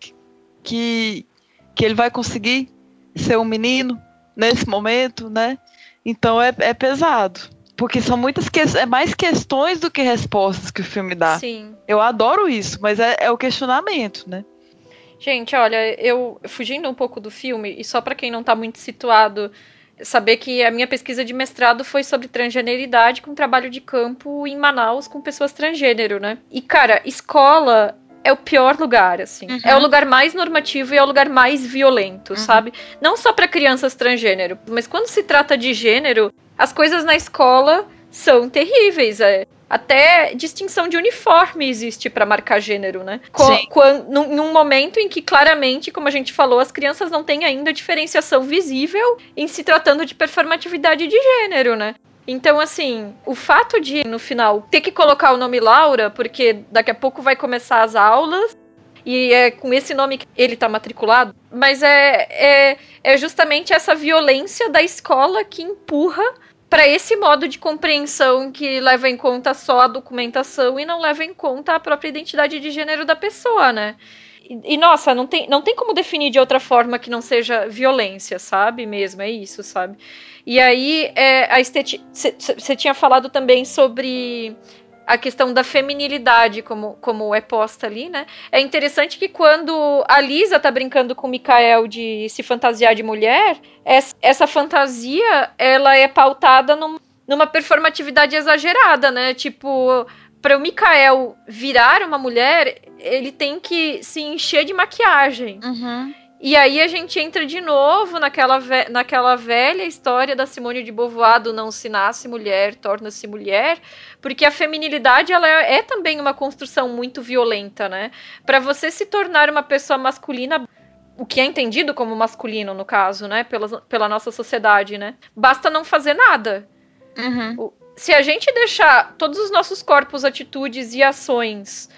que, que ele vai conseguir ser um menino nesse momento, né? Então é, é pesado. Porque são muitas questões, é mais questões do que respostas que o filme dá. Sim. Eu adoro isso, mas é, é o questionamento, né? Gente, olha, eu fugindo um pouco do filme, e só pra quem não tá muito situado, saber que a minha pesquisa de mestrado foi sobre transgeneridade com trabalho de campo em Manaus com pessoas transgênero, né? E, cara, escola é o pior lugar, assim. Uhum. É o lugar mais normativo e é o lugar mais violento, uhum. sabe? Não só pra crianças transgênero, mas quando se trata de gênero, as coisas na escola são terríveis. É. Até distinção de uniforme existe para marcar gênero, né? Sim. Quando, num, num momento em que, claramente, como a gente falou, as crianças não têm ainda diferenciação visível em se tratando de performatividade de gênero, né? Então, assim, o fato de, no final, ter que colocar o nome Laura, porque daqui a pouco vai começar as aulas, e é com esse nome que ele tá matriculado, mas é, é, é justamente essa violência da escola que empurra para esse modo de compreensão que leva em conta só a documentação e não leva em conta a própria identidade de gênero da pessoa, né? E, e nossa, não tem, não tem como definir de outra forma que não seja violência, sabe? Mesmo, é isso, sabe? E aí, é, a estética... Você tinha falado também sobre a questão da feminilidade, como, como é posta ali, né? É interessante que quando a Lisa tá brincando com o Mikael de se fantasiar de mulher, essa, essa fantasia, ela é pautada num, numa performatividade exagerada, né? Tipo, para o Mikael virar uma mulher, ele tem que se encher de maquiagem. Uhum. E aí a gente entra de novo naquela, ve- naquela velha história da Simone de Beauvoir, do não se nasce mulher, torna-se mulher, porque a feminilidade ela é, é também uma construção muito violenta, né? Para você se tornar uma pessoa masculina, o que é entendido como masculino, no caso, né? Pela, pela nossa sociedade, né? Basta não fazer nada. Uhum. O, se a gente deixar todos os nossos corpos, atitudes e ações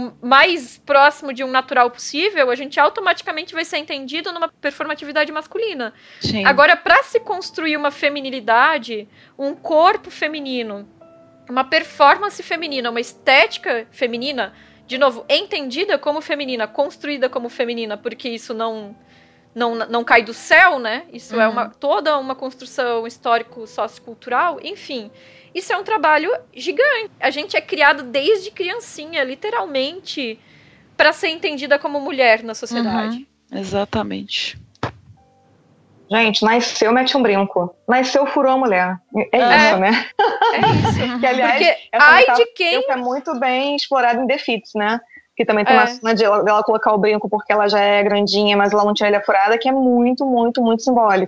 mais próximo de um natural possível, a gente automaticamente vai ser entendido numa performatividade masculina. Sim. Agora, para se construir uma feminilidade, um corpo feminino, uma performance feminina, uma estética feminina, de novo, entendida como feminina, construída como feminina, porque isso não, não, não cai do céu, né? Isso uhum. é uma, toda uma construção histórico-sociocultural, enfim. Isso é um trabalho gigante. A gente é criado desde criancinha, literalmente, para ser entendida como mulher na sociedade. Uhum, exatamente. Gente, nasceu, mete um brinco. Nasceu, furou a mulher. É, é isso, né? É isso. Que, aliás, porque, essa ai de quem... é muito bem explorada em The Fits, né? Que também tem é. uma cena de ela, dela colocar o brinco porque ela já é grandinha, mas ela não tinha a ilha furada, que é muito, muito, muito simbólica.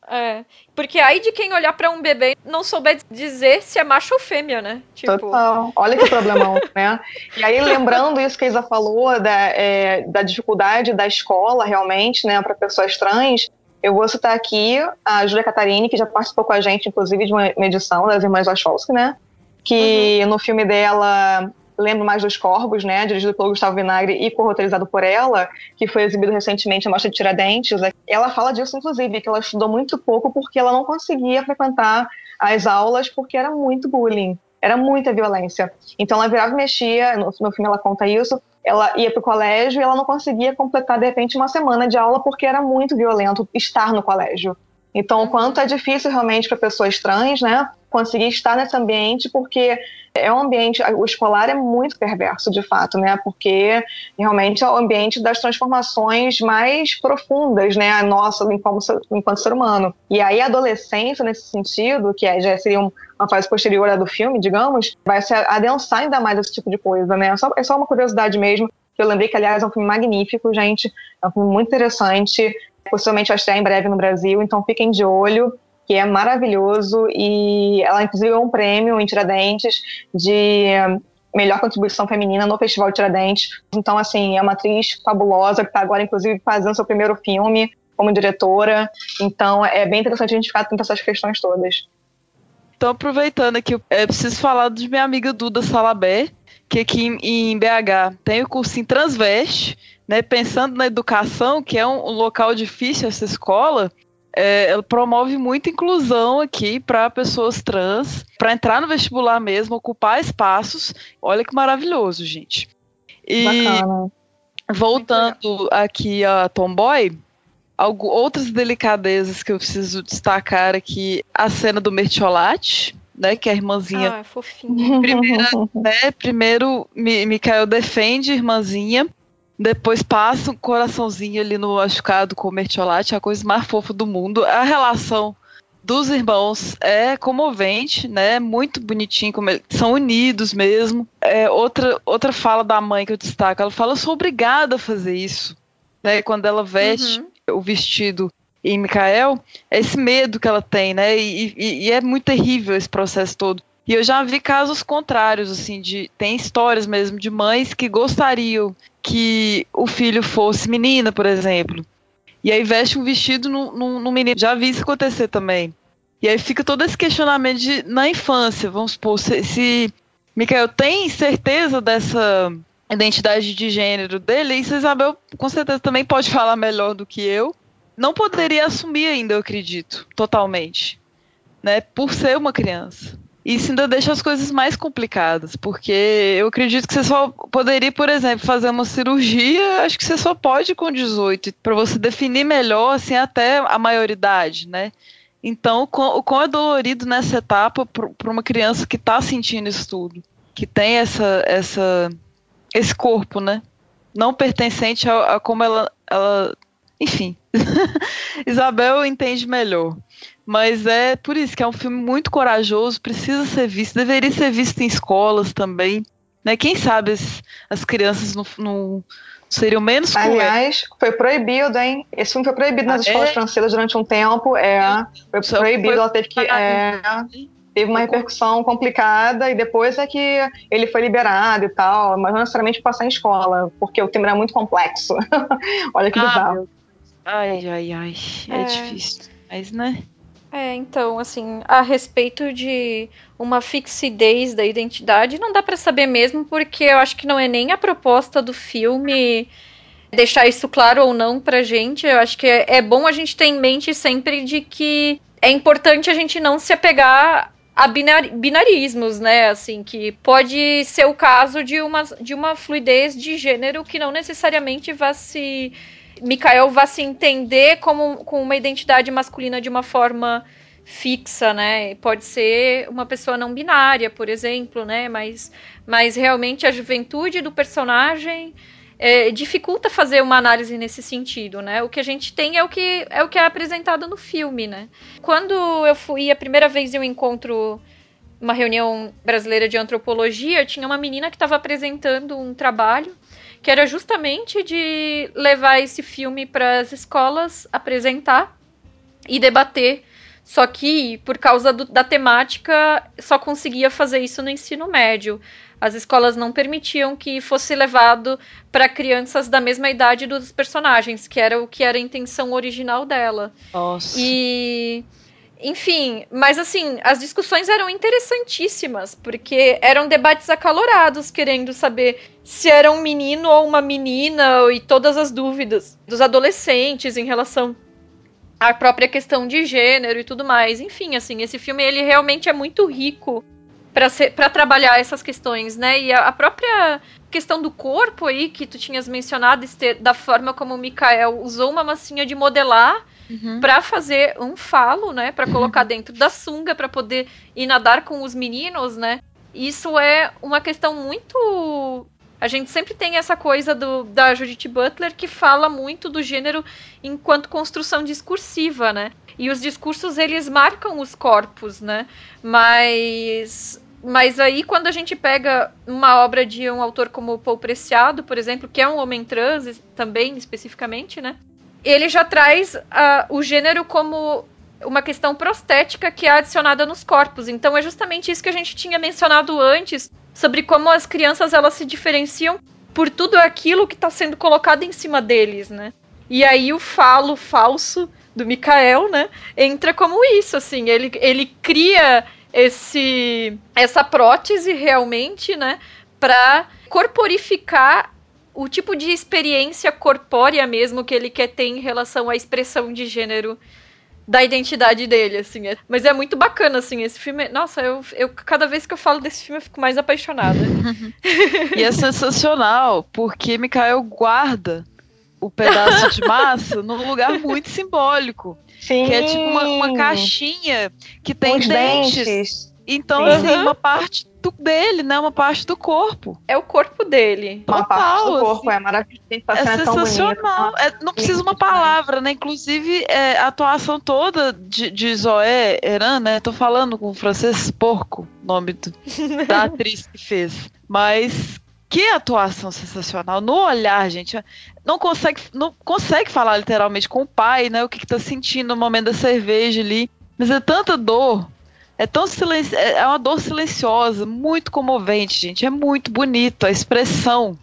É, porque aí de quem olhar pra um bebê não souber dizer se é macho ou fêmea, né? Tipo... Total. Olha que problemão, né? E aí, lembrando isso que a Isa falou, da, é, da dificuldade da escola, realmente, né, para pessoas trans, eu vou citar aqui a Júlia Catarine, que já participou com a gente, inclusive, de uma edição das Irmãs Wachowski, né? Que uhum. no filme dela... Lembro Mais dos Corvos, né, dirigido pelo Gustavo Vinagre e corroteirizado por ela, que foi exibido recentemente na Mostra de Tiradentes. Ela fala disso, inclusive, que ela estudou muito pouco porque ela não conseguia frequentar as aulas porque era muito bullying, era muita violência. Então ela virava e mexia, no, no filme ela conta isso, ela ia para o colégio e ela não conseguia completar, de repente, uma semana de aula porque era muito violento estar no colégio. Então, o quanto é difícil realmente para pessoas trans, né, conseguir estar nesse ambiente, porque é um ambiente, o escolar é muito perverso, de fato, né, porque realmente é o ambiente das transformações mais profundas, né, a nossa, enquanto, enquanto ser humano. E aí a adolescência, nesse sentido, que é, já seria uma fase posterior à do filme, digamos, vai se adensar ainda mais esse tipo de coisa, né, é só, é só uma curiosidade mesmo, que eu lembrei que, aliás, é um filme magnífico, gente, é um filme muito interessante, possivelmente vai estrear em breve no Brasil, então fiquem de olho, que é maravilhoso, e ela inclusive ganhou um prêmio em Tiradentes de melhor contribuição feminina no Festival de Tiradentes. Então, assim, é uma atriz fabulosa, que está agora, inclusive, fazendo seu primeiro filme como diretora, então é bem interessante a gente ficar atento a essas questões todas. Então, aproveitando aqui, é preciso falar de minha amiga Duda Salabé, que aqui em, em B H tem o cursinho Transveste, né, pensando na educação, que é um, um local difícil essa escola, é, ela promove muita inclusão aqui para pessoas trans, para entrar no vestibular mesmo, ocupar espaços. Olha que maravilhoso, gente. E bacana. Voltando aqui a Tomboy, algo, outras delicadezas que eu preciso destacar aqui, a cena do Mertiolate, né, que é a irmãzinha. Ah, é fofinha. Primeira, né, primeiro, Micael defende a irmãzinha, depois passa um coraçãozinho ali no machucado com o Mertiolate, a coisa mais fofa do mundo. A relação dos irmãos é comovente, né? Muito bonitinho, como eles são unidos mesmo. É, outra, outra fala da mãe que eu destaco, ela fala: eu sou obrigada a fazer isso, né? Quando ela veste uhum. o vestido em Micael, é esse medo que ela tem, né? E, e, e é muito terrível esse processo todo. E eu já vi casos contrários, assim, de tem histórias mesmo de mães que gostariam que o filho fosse menina, por exemplo. E aí veste um vestido no, no, no menino. Já vi isso acontecer também. E aí fica todo esse questionamento de, na infância, vamos supor, se, se Micael tem certeza dessa identidade de gênero dele, isso a Isabel com certeza também pode falar melhor do que eu, não poderia assumir ainda, eu acredito, totalmente, né, por ser uma criança. Isso ainda deixa as coisas mais complicadas, porque eu acredito que você só poderia, por exemplo, fazer uma cirurgia, acho que você só pode com dezoito, para você definir melhor, assim, até a maioridade, né? Então, o quão é dolorido nessa etapa para uma criança que está sentindo isso tudo, que tem essa, essa, esse corpo, né? Não pertencente a, a como ela, ela... Enfim, Isabel entende melhor. Mas é por isso que é um filme muito corajoso, precisa ser visto, deveria ser visto em escolas também, né? Quem sabe as, as crianças não, não seriam menos cruéis. Aliás, foi proibido, hein? Esse filme foi proibido nas ah, escolas é? francesas durante um tempo, é, foi Só proibido, foi... ela teve que... É, teve uma repercussão complicada e depois é que ele foi liberado e tal, mas não necessariamente passar em escola, porque o tema era muito complexo. Olha que ah, bizarro. Ai, ai, ai, é, é difícil, mas né... É, então, assim, a respeito de uma fixidez da identidade, não dá pra saber mesmo, porque eu acho que não é nem a proposta do filme deixar isso claro ou não pra gente. Eu acho que é, é bom a gente ter em mente sempre de que é importante a gente não se apegar a binar, binarismos, né, assim, que pode ser o caso de uma, de uma fluidez de gênero que não necessariamente vai se... Micael vai se entender como com uma identidade masculina de uma forma fixa, né? Pode ser uma pessoa não binária, por exemplo, né? Mas, mas realmente a juventude do personagem é, dificulta fazer uma análise nesse sentido, né? O que a gente tem é o que é, o que é apresentado no filme, né? Quando eu fui a primeira vez em um encontro, uma reunião brasileira de antropologia, tinha uma menina que estava apresentando um trabalho que era justamente de levar esse filme para as escolas, apresentar, e debater. Só que, por causa do, da temática, só conseguia fazer isso no ensino médio. As escolas não permitiam que fosse levado para crianças da mesma idade dos personagens, que era o que era a intenção original dela. Nossa. E, enfim, mas assim, as discussões eram interessantíssimas, porque eram debates acalorados, querendo saber se era um menino ou uma menina, e todas as dúvidas dos adolescentes em relação a própria questão de gênero e tudo mais. Enfim, assim, esse filme, ele realmente é muito rico para trabalhar essas questões, né? E a, a própria questão do corpo aí, que tu tinhas mencionado, Esther, da forma como o Mikael usou uma massinha de modelar uhum. para fazer um falo, né? Para colocar dentro da sunga, para poder ir nadar com os meninos, né? Isso é uma questão muito... A gente sempre tem essa coisa do, da Judith Butler, que fala muito do gênero enquanto construção discursiva, né? E os discursos, eles marcam os corpos, né? Mas, mas aí, quando a gente pega uma obra de um autor como Paul Preciado, por exemplo, que é um homem trans também, especificamente, né? Ele já traz uh, o gênero como uma questão prostética que é adicionada nos corpos. Então, é justamente isso que a gente tinha mencionado antes, sobre como as crianças, elas se diferenciam por tudo aquilo que está sendo colocado em cima deles, né? E aí o falo falso do Mikael, né, entra como isso, assim, ele, ele cria esse, essa prótese realmente, né, para corporificar o tipo de experiência corpórea mesmo que ele quer ter em relação à expressão de gênero da identidade dele, assim. É. Mas é muito bacana, assim, esse filme. Nossa, eu, eu cada vez que eu falo desse filme eu fico mais apaixonada. E é sensacional, porque Mikael guarda o pedaço de massa num lugar muito simbólico. Sim. Que é tipo uma, uma caixinha que tem Os dentes. dentes. Então, Sim. assim, uma parte do, dele, né? Uma parte do corpo. É o corpo dele. Uma Total, parte do corpo, assim, é maravilhoso. É sensacional. É, não precisa uma palavra, né? Inclusive, é, a atuação toda de, de Zoé Heran, né? Tô falando com o francês Porco, nome do, da atriz que fez. Mas que atuação sensacional. No olhar, gente. Não consegue, não consegue falar literalmente com o pai, né? O que, que tá sentindo no momento da cerveja ali. Mas é tanta dor. É tão silenci... é uma dor silenciosa, muito comovente, gente. É muito bonito a expressão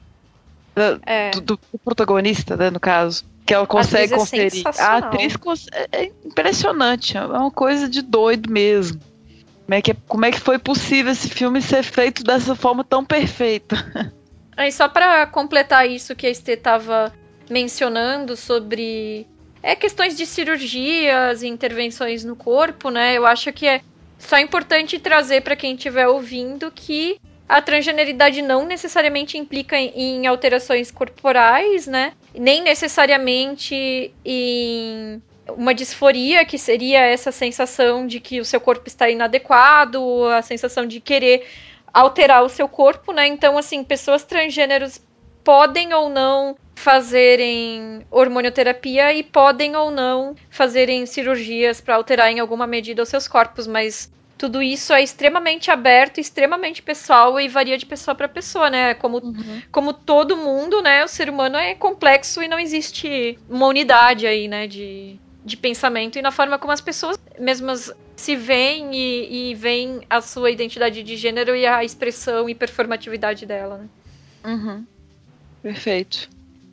da, é. do, do protagonista, né, no caso, que ela consegue a conferir. É a atriz é, é impressionante, é uma coisa de doido mesmo. Como é, que, como é que foi possível esse filme ser feito dessa forma tão perfeita? E só para completar isso que a Estê estava mencionando sobre é, questões de cirurgias e intervenções no corpo, né? Eu acho que é só importante trazer para quem estiver ouvindo que a transgeneridade não necessariamente implica em, em alterações corporais, né? Nem necessariamente em uma disforia, que seria essa sensação de que o seu corpo está inadequado, a sensação de querer alterar o seu corpo, né? Então, assim, pessoas transgêneros podem ou não fazerem hormonioterapia e podem ou não fazerem cirurgias para alterar em alguma medida os seus corpos, mas tudo isso é extremamente aberto, extremamente pessoal e varia de pessoa para pessoa, né? Como, uhum. como todo mundo, né? O ser humano é complexo e não existe uma unidade aí, né? De, de pensamento e na forma como as pessoas mesmas se veem e, e veem a sua identidade de gênero e a expressão e performatividade dela, né? Uhum. Perfeito.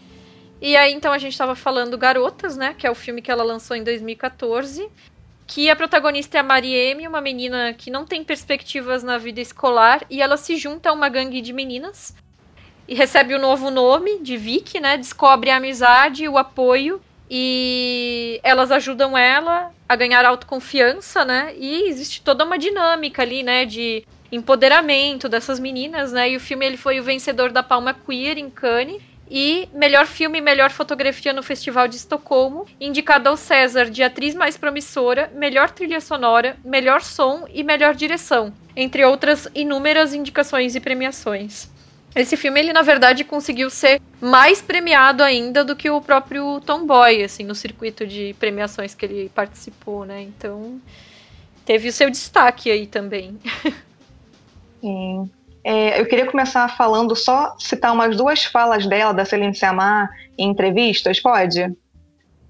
E aí, então, a gente estava falando Garotas, né? Que é o filme que ela lançou em dois mil e catorze. Que a protagonista é a Marieme, uma menina que não tem perspectivas na vida escolar. E ela se junta a uma gangue de meninas. E recebe o um novo nome de Vicky, né? Descobre a amizade, o apoio. E elas ajudam ela a ganhar autoconfiança, né? E existe toda uma dinâmica ali, né? De empoderamento dessas meninas, né? E o filme ele foi o vencedor da Palma Queer em Cannes. E melhor filme e melhor fotografia no Festival de Estocolmo, indicado ao César de atriz mais promissora, melhor trilha sonora, melhor som e melhor direção, entre outras inúmeras indicações e premiações. Esse filme, ele na verdade conseguiu ser mais premiado ainda do que o próprio Tomboy, assim, no circuito de premiações que ele participou, né? Então, teve o seu destaque aí também. Sim. É, eu queria começar falando, só citar umas duas falas dela, da Céline Sciamma, em entrevistas, pode?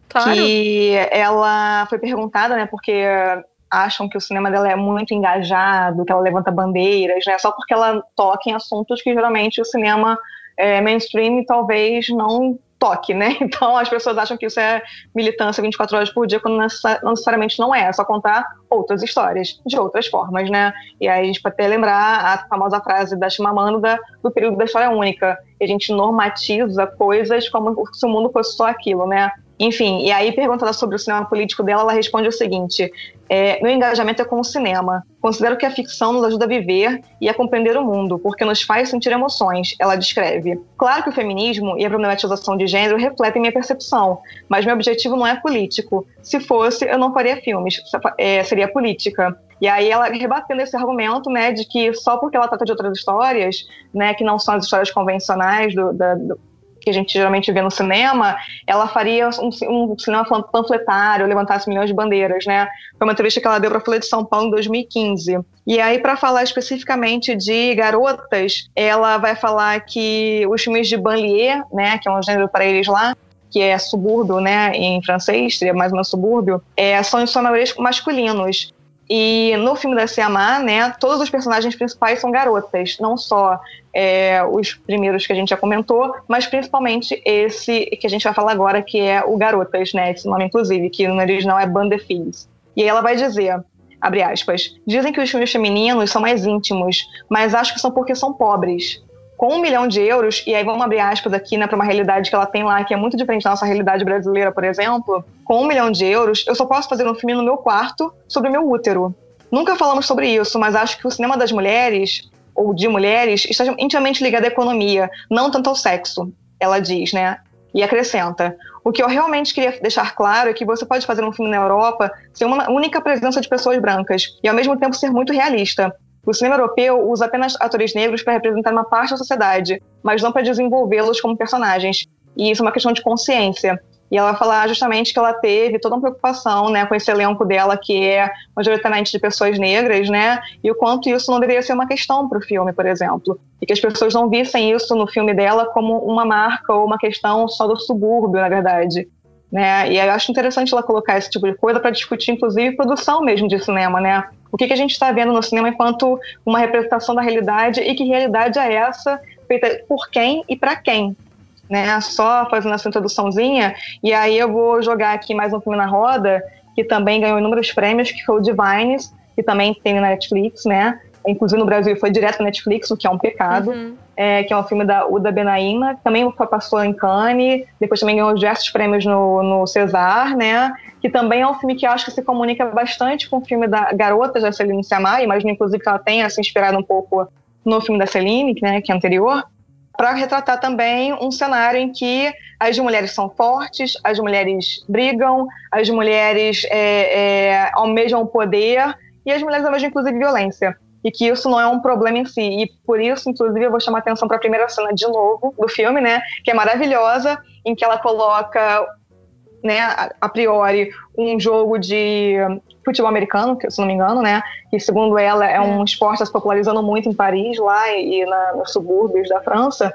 Claro. Que ela foi perguntada, né, porque acham que o cinema dela é muito engajado, que ela levanta bandeiras, né, só porque ela toca em assuntos que geralmente o cinema é, mainstream talvez não toque, né? Então as pessoas acham que isso é militância vinte e quatro horas por dia, quando não necessariamente não é, é só contar outras histórias, de outras formas, né? E aí a gente pode até lembrar a famosa frase da Chimamanda do período da história única, que a gente normatiza coisas como se o mundo fosse só aquilo, né? Enfim, e aí perguntada sobre o cinema político dela, ela responde o seguinte: é, meu engajamento é com o cinema. Considero que a ficção nos ajuda a viver e a compreender o mundo, porque nos faz sentir emoções, ela descreve. Claro que o feminismo e a problematização de gênero refletem minha percepção, mas meu objetivo não é político. Se fosse, eu não faria filmes, é, seria política. E aí ela rebatendo esse argumento, né, de que só porque ela trata de outras histórias, né, que não são as histórias convencionais do, da, do que a gente geralmente vê no cinema, ela faria um, um cinema panfletário, levantasse milhões de bandeiras, né? Foi uma entrevista que ela deu para a Folha de São Paulo em dois mil e quinze. E aí, para falar especificamente de garotas, ela vai falar que os filmes de banlieue, né, que é um gênero para eles lá, que é subúrbio, né, em francês, seria mais ou menos subúrbio, é, são em sua maioria masculinos. E no filme da Siamá, né, todos os personagens principais são garotas, não só é, os primeiros que a gente já comentou, mas principalmente esse que a gente vai falar agora, que é o Garotas, né, esse nome inclusive, que no original é Bande de Filles. E aí ela vai dizer, abre aspas, dizem que os filmes femininos são mais íntimos, mas acho que são porque são pobres. Com um milhão de euros, e aí vamos abrir aspas aqui, né, para uma realidade que ela tem lá, que é muito diferente da nossa realidade brasileira, por exemplo, com um milhão de euros, eu só posso fazer um filme no meu quarto sobre o meu útero. Nunca falamos sobre isso, mas acho que o cinema das mulheres, ou de mulheres, está intimamente ligado à economia, não tanto ao sexo, ela diz, né, e acrescenta. O que eu realmente queria deixar claro é que você pode fazer um filme na Europa sem uma única presença de pessoas brancas, e ao mesmo tempo ser muito realista. O cinema europeu usa apenas atores negros para representar uma parte da sociedade, mas não para desenvolvê-los como personagens. E isso é uma questão de consciência. E ela vai falar justamente que ela teve toda uma preocupação, né, com esse elenco dela, que é majoritariamente de pessoas negras, né, e o quanto isso não deveria ser uma questão para o filme, por exemplo. E que as pessoas não vissem isso no filme dela como uma marca ou uma questão só do subúrbio, na verdade. Né? E eu acho interessante ela colocar esse tipo de coisa para discutir, inclusive, produção mesmo de cinema, né? O que, que a gente está vendo no cinema enquanto uma representação da realidade e que realidade é essa, feita por quem e para quem, né? Só fazendo essa introduçãozinha, e aí eu vou jogar aqui mais um filme na roda, que também ganhou inúmeros prêmios, que foi o Divines, que também tem na Netflix, né? Inclusive no Brasil foi direto na Netflix, o que é um pecado, uhum. é, que é um filme da Uda Benaima, que também passou em Cannes, depois também ganhou diversos prêmios no, no César, né, que também é um filme que eu acho que se comunica bastante com o filme da Garotas, da Céline Sciamma, imagino inclusive que ela tenha se inspirado um pouco no filme da Céline, né, que é anterior, para retratar também um cenário em que as mulheres são fortes, as mulheres brigam, as mulheres é, é, almejam o poder, e as mulheres almejam inclusive violência. E que isso não é um problema em si. E por isso, inclusive, eu vou chamar a atenção para a primeira cena de novo do filme, né? Que é maravilhosa, em que ela coloca, né, a priori, um jogo de futebol americano, que, se não me engano, né? Que, segundo ela, é um esporte que está se popularizando muito em Paris, lá, e na, nos subúrbios da França.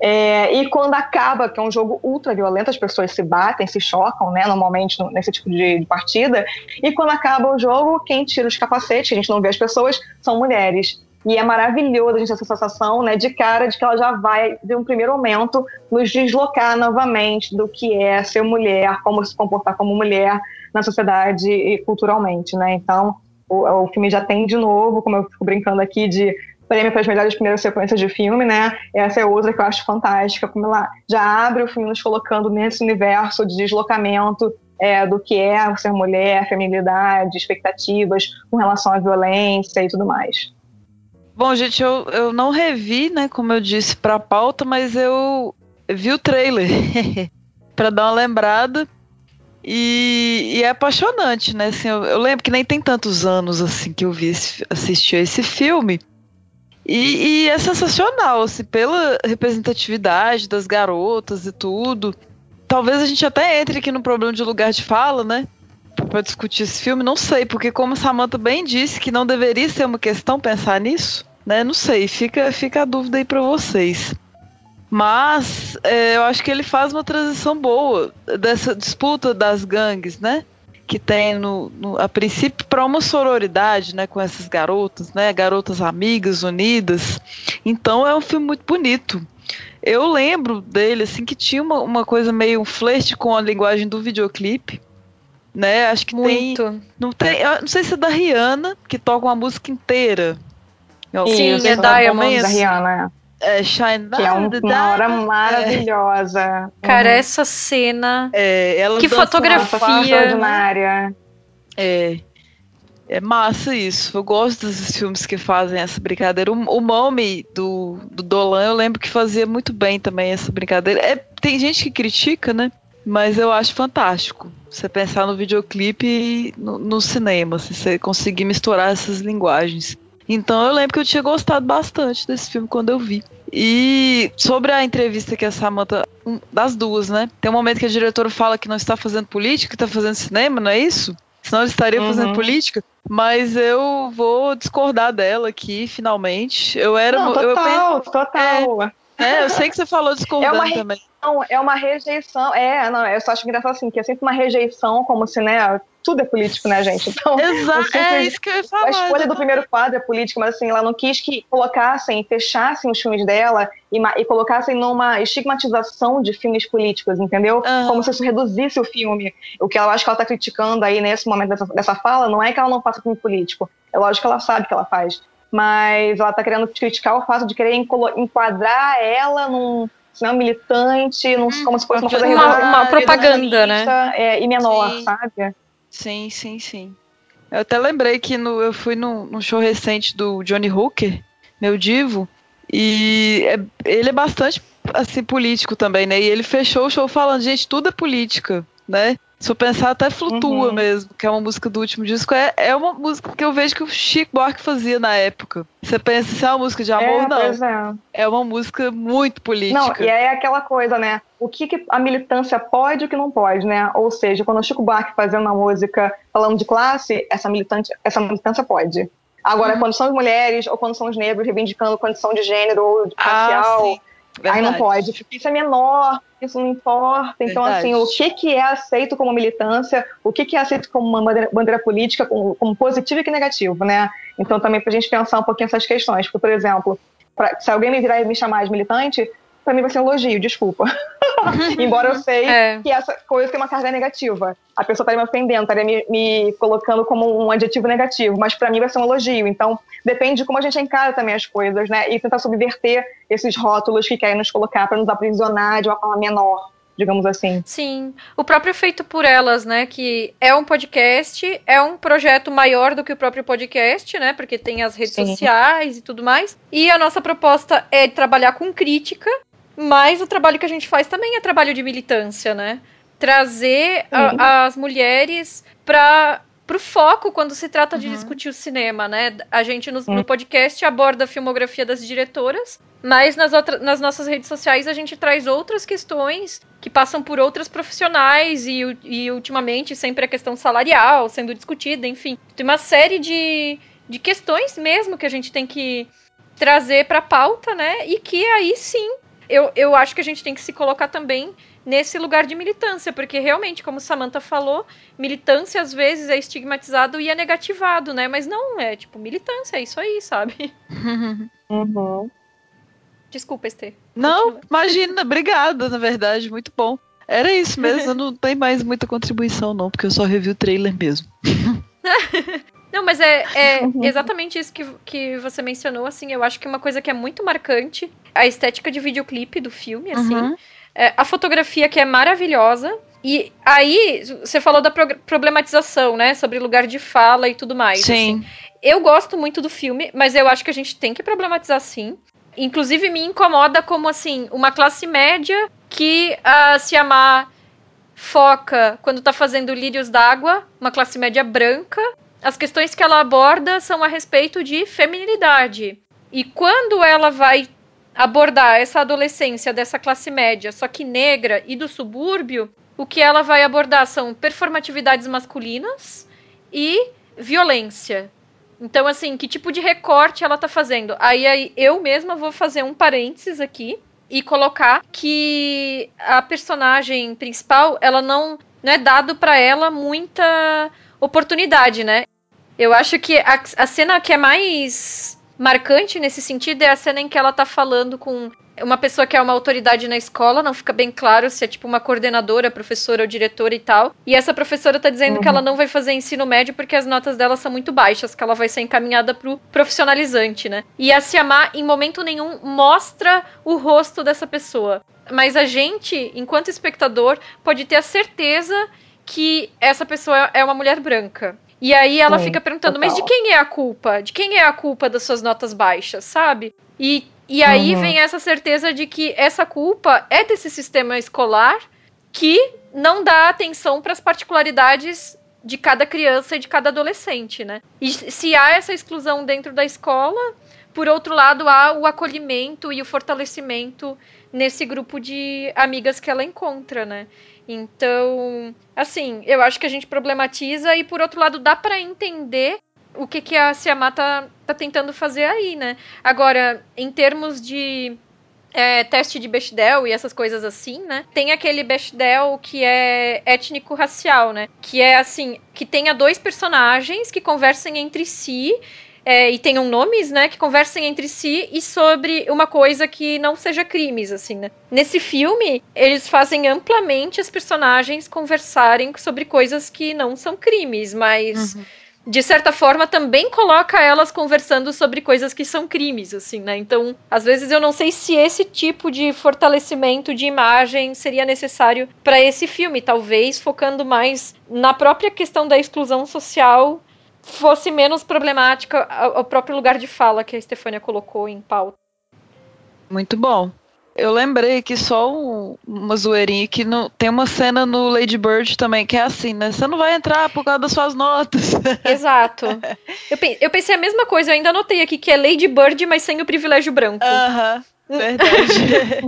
É, e quando acaba, que é um jogo ultra violento, as pessoas se batem, se chocam, né, normalmente nesse tipo de, de partida, e quando acaba o jogo, quem tira os capacetes, a gente não vê as pessoas, são mulheres. E é maravilhoso a gente ter essa sensação, né, de cara, de que ela já vai, de um primeiro momento, nos deslocar novamente do que é ser mulher, como se comportar como mulher na sociedade e culturalmente, né. Então, o, o filme já tem de novo, como eu fico brincando aqui, de prêmio para as melhores primeiras sequências de filme, né? Essa é outra que eu acho fantástica, como ela já abre o filme nos colocando nesse universo de deslocamento é, do que é ser mulher, feminilidade, expectativas com relação à violência e tudo mais. Bom, gente, eu, eu não revi, né, como eu disse, para a pauta, mas eu vi o trailer para dar uma lembrada e, e é apaixonante, né? Assim, eu, eu lembro que nem tem tantos anos assim que eu vi esse, assisti a esse filme. E, e é sensacional, assim, pela representatividade das garotas e tudo. Talvez a gente até entre aqui no problema de lugar de fala, né? Pra discutir esse filme, não sei, porque como a Samantha bem disse que não deveria ser uma questão pensar nisso, né? Não sei, fica, fica a dúvida aí pra vocês. Mas é, eu acho que ele faz uma transição boa dessa disputa das gangues, né? Que tem no, no, a princípio para uma sororidade, né, com essas garotas, né, garotas amigas unidas. Então é um filme muito bonito. Eu lembro dele assim que tinha uma, uma coisa meio um flerte com a linguagem do videoclipe, né? Acho que muito. tem, não tem, eu não sei se é da Rihanna que toca uma música inteira. Sim, Isso, é Diamonds. da Rihanna. É, Shine que é um, uma hora maravilhosa. Cara, uhum. essa cena. É, ela que fotografia. Extraordinária. É. É massa isso. Eu gosto desses filmes que fazem essa brincadeira. O, o Mommy do, do Dolan, eu lembro que fazia muito bem também essa brincadeira. É, tem gente que critica, né? Mas eu acho fantástico. Você pensar no videoclipe e no, no cinema, se você conseguir misturar essas linguagens. Então eu lembro que eu tinha gostado bastante desse filme quando eu vi. E sobre a entrevista que a Samantha, um, das duas, né? Tem um momento que a diretora fala que não está fazendo política, que está fazendo cinema, não é isso? Senão ele estaria fazendo uhum. política. Mas eu vou discordar dela aqui, finalmente. Eu era. Não, total, eu penso, total. É, é, eu sei que você falou discordando é uma também. Não, é uma rejeição. É, não, eu só acho engraçado assim, que é sempre uma rejeição, como se, né? Tudo é político, né, gente? Então, exato, é isso que eu ia falar. A escolha do primeiro quadro é política, mas assim, ela não quis que colocassem, fechassem os filmes dela e, e colocassem numa estigmatização de filmes políticos, entendeu? Uhum. Como se isso reduzisse o filme. O que ela acha que ela tá criticando aí nesse momento dessa, dessa fala não é que ela não faça filme político. É lógico que ela sabe que ela faz. Mas ela tá querendo criticar o fato de querer enquadrar ela num cinema militante, num, como se fosse uma coisa uma, uma propaganda, né? É, e menor, sim. sabe? Sim, sim, sim. Eu até lembrei que no, eu fui num, num show recente do Johnny Hooker, meu divo, e é, ele é bastante assim, político também, né? E ele fechou o show falando, gente, tudo é política, né? Se eu pensar, até Flutua uhum. mesmo, que é uma música do último disco, é, é uma música que eu vejo que o Chico Buarque fazia na época. Você pensa, se é uma música de amor, é, não. Pois é. é uma música muito política. Não, e é aquela coisa, né? O que, que a militância pode e o que não pode, né? Ou seja, quando o Chico Buarque fazia uma música falando de classe, essa, militante, essa militância pode. Agora, uhum. quando são as mulheres ou quando são os negros reivindicando condição de gênero ou de racial, ah, aí não pode. Porque isso é menor, isso não importa. Então, verdade. Assim, o que, que é aceito como militância, o que, que é aceito como uma bandeira, bandeira política, como, como positivo e que negativo, né? Então, também pra gente pensar um pouquinho essas questões. Porque, por exemplo, pra, se alguém me virar e me chamar de militante, pra mim vai ser um elogio, desculpa. Embora eu sei é. que essa coisa tem uma carga negativa. A pessoa estaria me ofendendo, estaria me, me colocando como um adjetivo negativo, mas pra mim vai ser um elogio. Então, depende de como a gente encara também as coisas, né? E tentar subverter esses rótulos que querem nos colocar pra nos aprisionar de uma forma menor, digamos assim. Sim. O próprio Feito por Elas, né? Que é um podcast, é um projeto maior do que o próprio podcast, né? Porque tem as redes Sim. sociais e tudo mais. E a nossa proposta é trabalhar com crítica, mas o trabalho que a gente faz também é trabalho de militância, né? Trazer a, as mulheres para pro foco quando se trata de uhum. discutir o cinema, né? A gente no, uhum. no podcast aborda a filmografia das diretoras, mas nas, outra, nas nossas redes sociais a gente traz outras questões que passam por outras profissionais e, e ultimamente sempre a questão salarial sendo discutida, enfim. Tem uma série de, de questões mesmo que a gente tem que trazer para a pauta, né? E que aí sim Eu, eu acho que a gente tem que se colocar também nesse lugar de militância, porque realmente, como Samantha falou, militância às vezes é estigmatizado e é negativado, né? Mas não é, tipo, militância, é isso aí, sabe? Uhum. Desculpa, Esther. Não, continua. Imagina, obrigada, na verdade, muito bom. Era isso mesmo, não tem mais muita contribuição não, porque eu só revi o trailer mesmo. Não, mas é, é exatamente isso que, que você mencionou, assim, eu acho que uma coisa que é muito marcante, a estética de videoclipe do filme, assim, uhum. é, a fotografia que é maravilhosa, e aí, você falou da pro- problematização, né, sobre lugar de fala e tudo mais. Sim. Assim. Eu gosto muito do filme, mas eu acho que a gente tem que problematizar sim. Inclusive, me incomoda como, assim, uma classe média que a Siamá foca quando tá fazendo Lírios d'Água, uma classe média branca. As questões que ela aborda são a respeito de feminilidade. E quando ela vai abordar essa adolescência dessa classe média, só que negra e do subúrbio, o que ela vai abordar são performatividades masculinas e violência. Então, assim, que tipo de recorte ela tá fazendo? Aí, aí eu mesma vou fazer um parênteses aqui, e colocar que a personagem principal, ela não, não é dado pra ela muita oportunidade, né? Eu acho que a, a cena que é mais marcante nesse sentido é a cena em que ela tá falando com uma pessoa que é uma autoridade na escola, não fica bem claro se é tipo uma coordenadora, professora ou diretora e tal, e essa professora tá dizendo uhum. que ela não vai fazer ensino médio porque as notas dela são muito baixas, que ela vai ser encaminhada pro profissionalizante, né? E a Siamá, em momento nenhum, mostra o rosto dessa pessoa. Mas a gente, enquanto espectador, pode ter a certeza que essa pessoa é uma mulher branca. E aí ela Sim, fica perguntando, total. Mas de quem é a culpa? De quem é a culpa das suas notas baixas, sabe? E, e aí uhum. vem essa certeza de que essa culpa é desse sistema escolar que não dá atenção para as particularidades de cada criança e de cada adolescente, né? E se há essa exclusão dentro da escola, por outro lado, há o acolhimento e o fortalecimento nesse grupo de amigas que ela encontra, né? Então, assim, eu acho que a gente problematiza e, por outro lado, dá pra entender o que, que a Siamá tá, tá tentando fazer aí, né? Agora, em termos de é, teste de Bechdel e essas coisas assim, né? Tem aquele Bechdel que é étnico-racial, né? Que é, assim, que tenha dois personagens que conversem entre si É, e tenham nomes, né, que conversem entre si e sobre uma coisa que não seja crimes, assim, né. Nesse filme, eles fazem amplamente as personagens conversarem sobre coisas que não são crimes, mas, uhum. de certa forma, também coloca elas conversando sobre coisas que são crimes, assim, né. Então, às vezes eu não sei se esse tipo de fortalecimento de imagem seria necessário para esse filme, talvez focando mais na própria questão da exclusão social, fosse menos problemática o próprio lugar de fala que a Estefânia colocou em pauta. Muito bom. Eu lembrei que só um, uma zoeirinha que no, tem uma cena no Lady Bird também que é assim, né? Você não vai entrar por causa das suas notas. Exato. Eu, eu pensei a mesma coisa, eu ainda anotei aqui que é Lady Bird, mas sem o privilégio branco. Aham, uh-huh, verdade.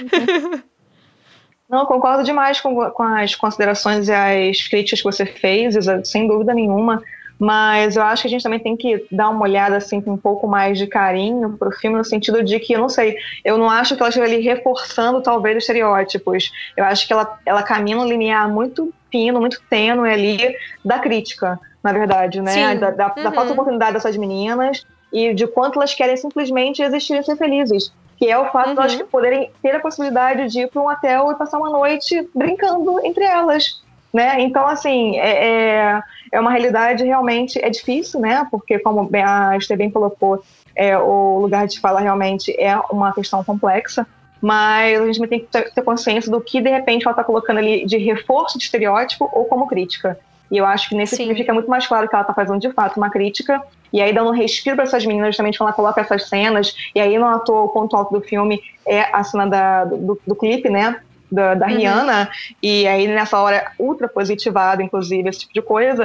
Não, concordo demais com, com as considerações e as críticas que você fez, sem dúvida nenhuma. Mas eu acho que a gente também tem que dar uma olhada assim, com um pouco mais de carinho pro filme, no sentido de que, eu não sei, eu não acho que ela esteja ali reforçando talvez os estereótipos. Eu acho que ela, ela caminha um limiar muito fino, muito tênue ali da crítica, na verdade, né? Sim. Da, da, uhum. da falta de oportunidade dessas meninas e de quanto elas querem simplesmente existir e ser felizes. Que é o fato uhum. de elas poderem ter a possibilidade de ir para um hotel e passar uma noite brincando entre elas. Né? Então, assim, é, é, é uma realidade realmente, é difícil, né? Porque, como a Esther bem colocou, é, o lugar de fala realmente é uma questão complexa, mas a gente tem que ter, ter consciência do que, de repente, ela está colocando ali de reforço de estereótipo ou como crítica. E eu acho que nesse Sim. filme fica muito mais claro que ela está fazendo, de fato, uma crítica, e aí dando um respiro para essas meninas, justamente quando ela coloca essas cenas, e aí, não à toa, o ponto alto do filme é a cena da, do, do clipe, né? Da, da uhum. Rihanna, e aí nessa hora ultra positivado, inclusive, esse tipo de coisa,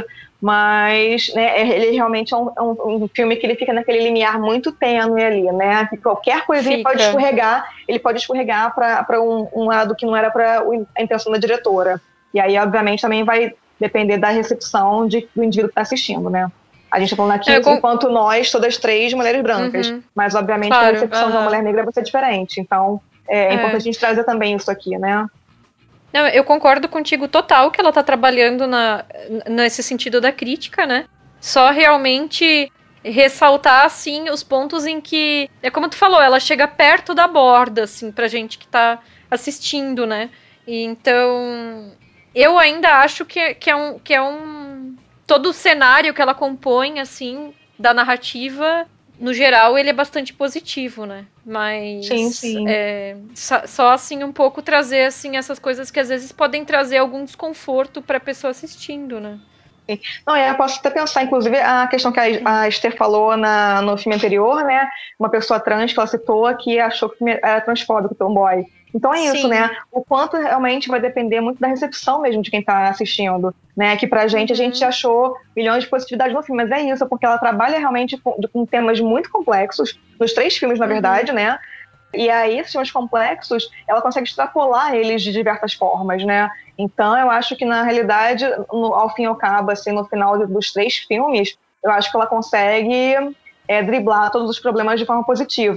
mas né, ele realmente é um, é um filme que ele fica naquele limiar muito tênue ali, né, que qualquer coisinha fica. pode escorregar, ele pode escorregar para um, um lado que não era para a intenção da diretora, e aí obviamente também vai depender da recepção de, do indivíduo que está assistindo, né. A gente está falando aqui, é, com... enquanto nós, todas três mulheres brancas, uhum. mas obviamente claro, a recepção uhum. de uma mulher negra vai ser diferente, então É, é importante a gente trazer também isso aqui, né? Não, eu concordo contigo total que ela tá trabalhando na, nesse sentido da crítica, né? Só realmente ressaltar, assim, os pontos em que... É como tu falou, ela chega perto da borda, assim, pra gente que tá assistindo, né? E, então, eu ainda acho que, que, é um, que é um... Todo o cenário que ela compõe, assim, da narrativa... No geral, ele é bastante positivo, né? Mas sim, sim. É, só, só assim um pouco trazer assim essas coisas que às vezes podem trazer algum desconforto para a pessoa assistindo, né? Não, eu posso até pensar, inclusive, a questão que a, a Esther falou na, no filme anterior, né? Uma pessoa trans que ela citou que achou que era transfóbico, tomboy. Então é isso, Sim. né? O quanto realmente vai depender muito da recepção mesmo de quem tá assistindo, né? Que pra gente, uhum. a gente achou milhões de positividades no filme, mas é isso, porque ela trabalha realmente com, com temas muito complexos, nos três filmes, na uhum. verdade, né? E aí, esses temas complexos, ela consegue extrapolar eles de diversas formas, né? Então, eu acho que, na realidade, no, ao fim e ao cabo, assim, no final dos três filmes, eu acho que ela consegue é, driblar todos os problemas de forma positiva.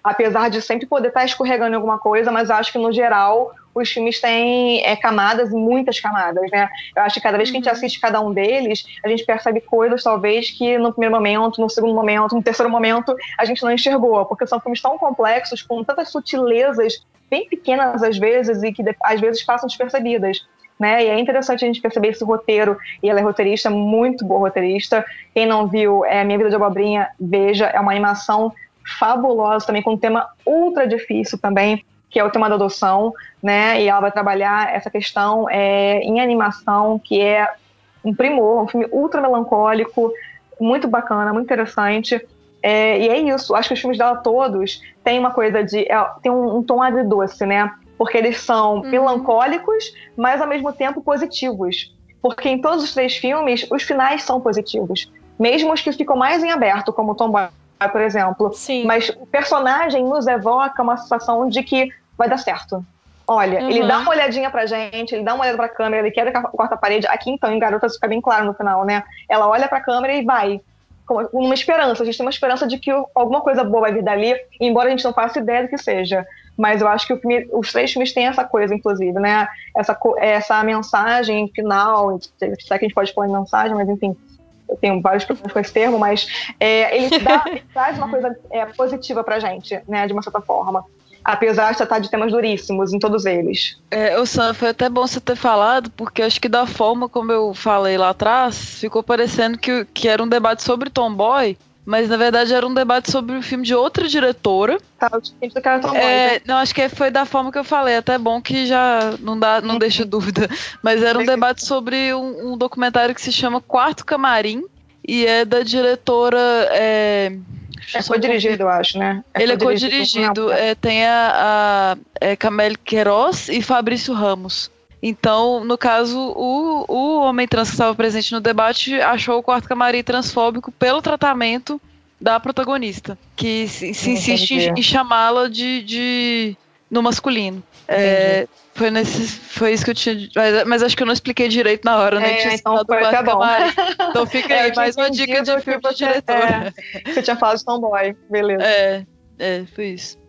apesar de sempre poder estar escorregando em alguma coisa, mas eu acho que, no geral, os filmes têm é, camadas, muitas camadas, né? Eu acho que cada vez que a gente assiste cada um deles, a gente percebe coisas, talvez, que no primeiro momento, no segundo momento, no terceiro momento, a gente não enxergou, porque são filmes tão complexos, com tantas sutilezas, bem pequenas às vezes, e que às vezes passam despercebidas. Né? E é interessante a gente perceber esse roteiro, e ela é roteirista, muito boa roteirista. Quem não viu é Minha Vida de Abobrinha, veja, é uma animação fabulosa também, com um tema ultra difícil também, que é o tema da adoção, né? E ela vai trabalhar essa questão é, em animação, que é um primor, um filme ultra melancólico, muito bacana, muito interessante. É, e é isso, acho que os filmes dela todos têm uma coisa de... É, tem um, um tom agridoce, né? Porque eles são uhum. melancólicos, mas ao mesmo tempo positivos. Porque em todos os três filmes, os finais são positivos. Mesmo os que ficam mais em aberto, como o Tomboy, por exemplo. Sim. Mas o personagem nos evoca uma sensação de que vai dar certo. Olha, uhum. ele dá uma olhadinha pra gente, ele dá uma olhada pra câmera, ele quebra a quarta parede. Aqui, então, em Garotas, fica bem claro no final, né? Ela olha pra câmera e vai. Com uma esperança. A gente tem uma esperança de que alguma coisa boa vai vir dali, embora a gente não faça ideia do que seja. Mas eu acho que o filme, os três filmes têm essa coisa, inclusive, né? Essa, essa mensagem final, será que a gente pode falar em mensagem, mas enfim, eu tenho vários problemas com esse termo, mas é, ele, dá, ele traz uma coisa é, positiva pra gente, né? De uma certa forma. Apesar de tratar de temas duríssimos em todos eles. É, o Sam, foi até bom você ter falado, porque acho que da forma como eu falei lá atrás, ficou parecendo que, que era um debate sobre Tomboy, mas na verdade era um debate sobre um filme de outra diretora. Tá, eu tinha que era Tomboy. É, né? não, acho que foi da forma que eu falei, até bom que já não, dá, não deixa dúvida. Mas era um debate sobre um, um documentário que se chama Quarto Camarim, e é da diretora... É, É co-dirigido, eu acho, né? É Ele é co-dirigido. É, tem a, a é, Camille Queiroz e Fabrício Ramos. Então, no caso, o, o homem trans que estava presente no debate achou o Quarto Camarim transfóbico pelo tratamento da protagonista, que se, se insiste em, em chamá-la de, de no masculino. É, foi, nesse, foi isso que eu tinha... Mas, mas acho que eu não expliquei direito na hora, né? É, tinha então foi até bom. Então fica aí, é, mais uma dica de filme de diretora. É, você tinha falado de Tomboy, beleza. É, é, foi isso.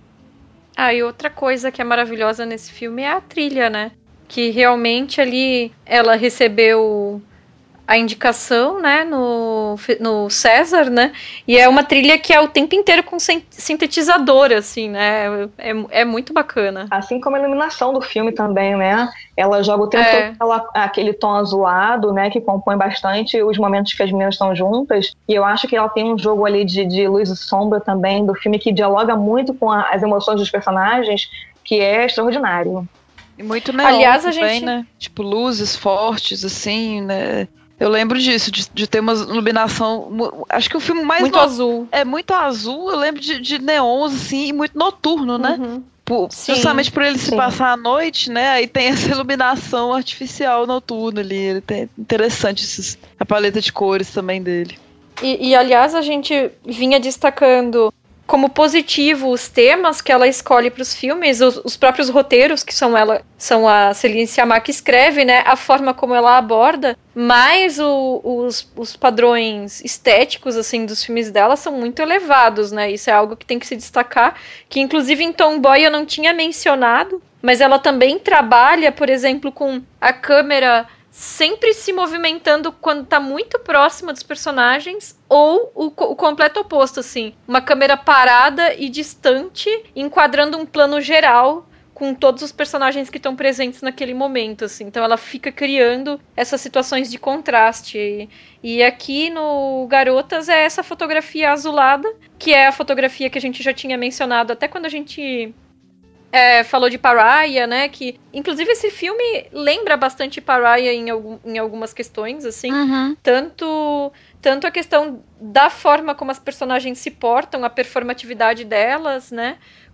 Ah, e outra coisa que é maravilhosa nesse filme é a trilha, né? Que realmente ali ela recebeu a indicação, né, no, no César, né, e é uma trilha que é o tempo inteiro com sintetizador, assim, né, é, é muito bacana. Assim como a iluminação do filme também, né, ela joga o tempo é. todo aquela, aquele tom azulado, né, que compõe bastante os momentos que as meninas estão juntas, e eu acho que ela tem um jogo ali de, de luz e sombra também do filme que dialoga muito com a, as emoções dos personagens, que é extraordinário. E muito neon. Aliás, a também, gente... né, tipo luzes fortes, assim, né. Eu lembro disso, de, de ter uma iluminação... Acho que o filme mais... Muito no... azul. É, muito azul. Eu lembro de, de neons, assim, e muito noturno, né? Uhum. Por, justamente por ele sim. se passar à noite, né? Aí tem essa iluminação artificial noturna ali. Ele tem interessante esses, a paleta de cores também dele. E, e, aliás, a gente vinha destacando como positivo os temas que ela escolhe para os filmes, os, os próprios roteiros, que são ela, são a Céline Sciamma que escreve, né, a forma como ela aborda, mas o, os, os padrões estéticos, assim, dos filmes dela são muito elevados, né, isso é algo que tem que se destacar, que inclusive em Tomboy eu não tinha mencionado, mas ela também trabalha, por exemplo, com a câmera sempre se movimentando quando tá muito próxima dos personagens, ou o, o completo oposto, assim. Uma câmera parada e distante, enquadrando um plano geral com todos os personagens que estão presentes naquele momento, assim. Então ela fica criando essas situações de contraste. E, e aqui no Garotas é essa fotografia azulada, que é a fotografia que a gente já tinha mencionado até quando a gente... É, falou de Pariah, né, que inclusive esse filme lembra bastante Pariah em, algum, em algumas questões, assim, uhum. tanto, tanto a questão da forma como as personagens se portam, a performatividade delas, né,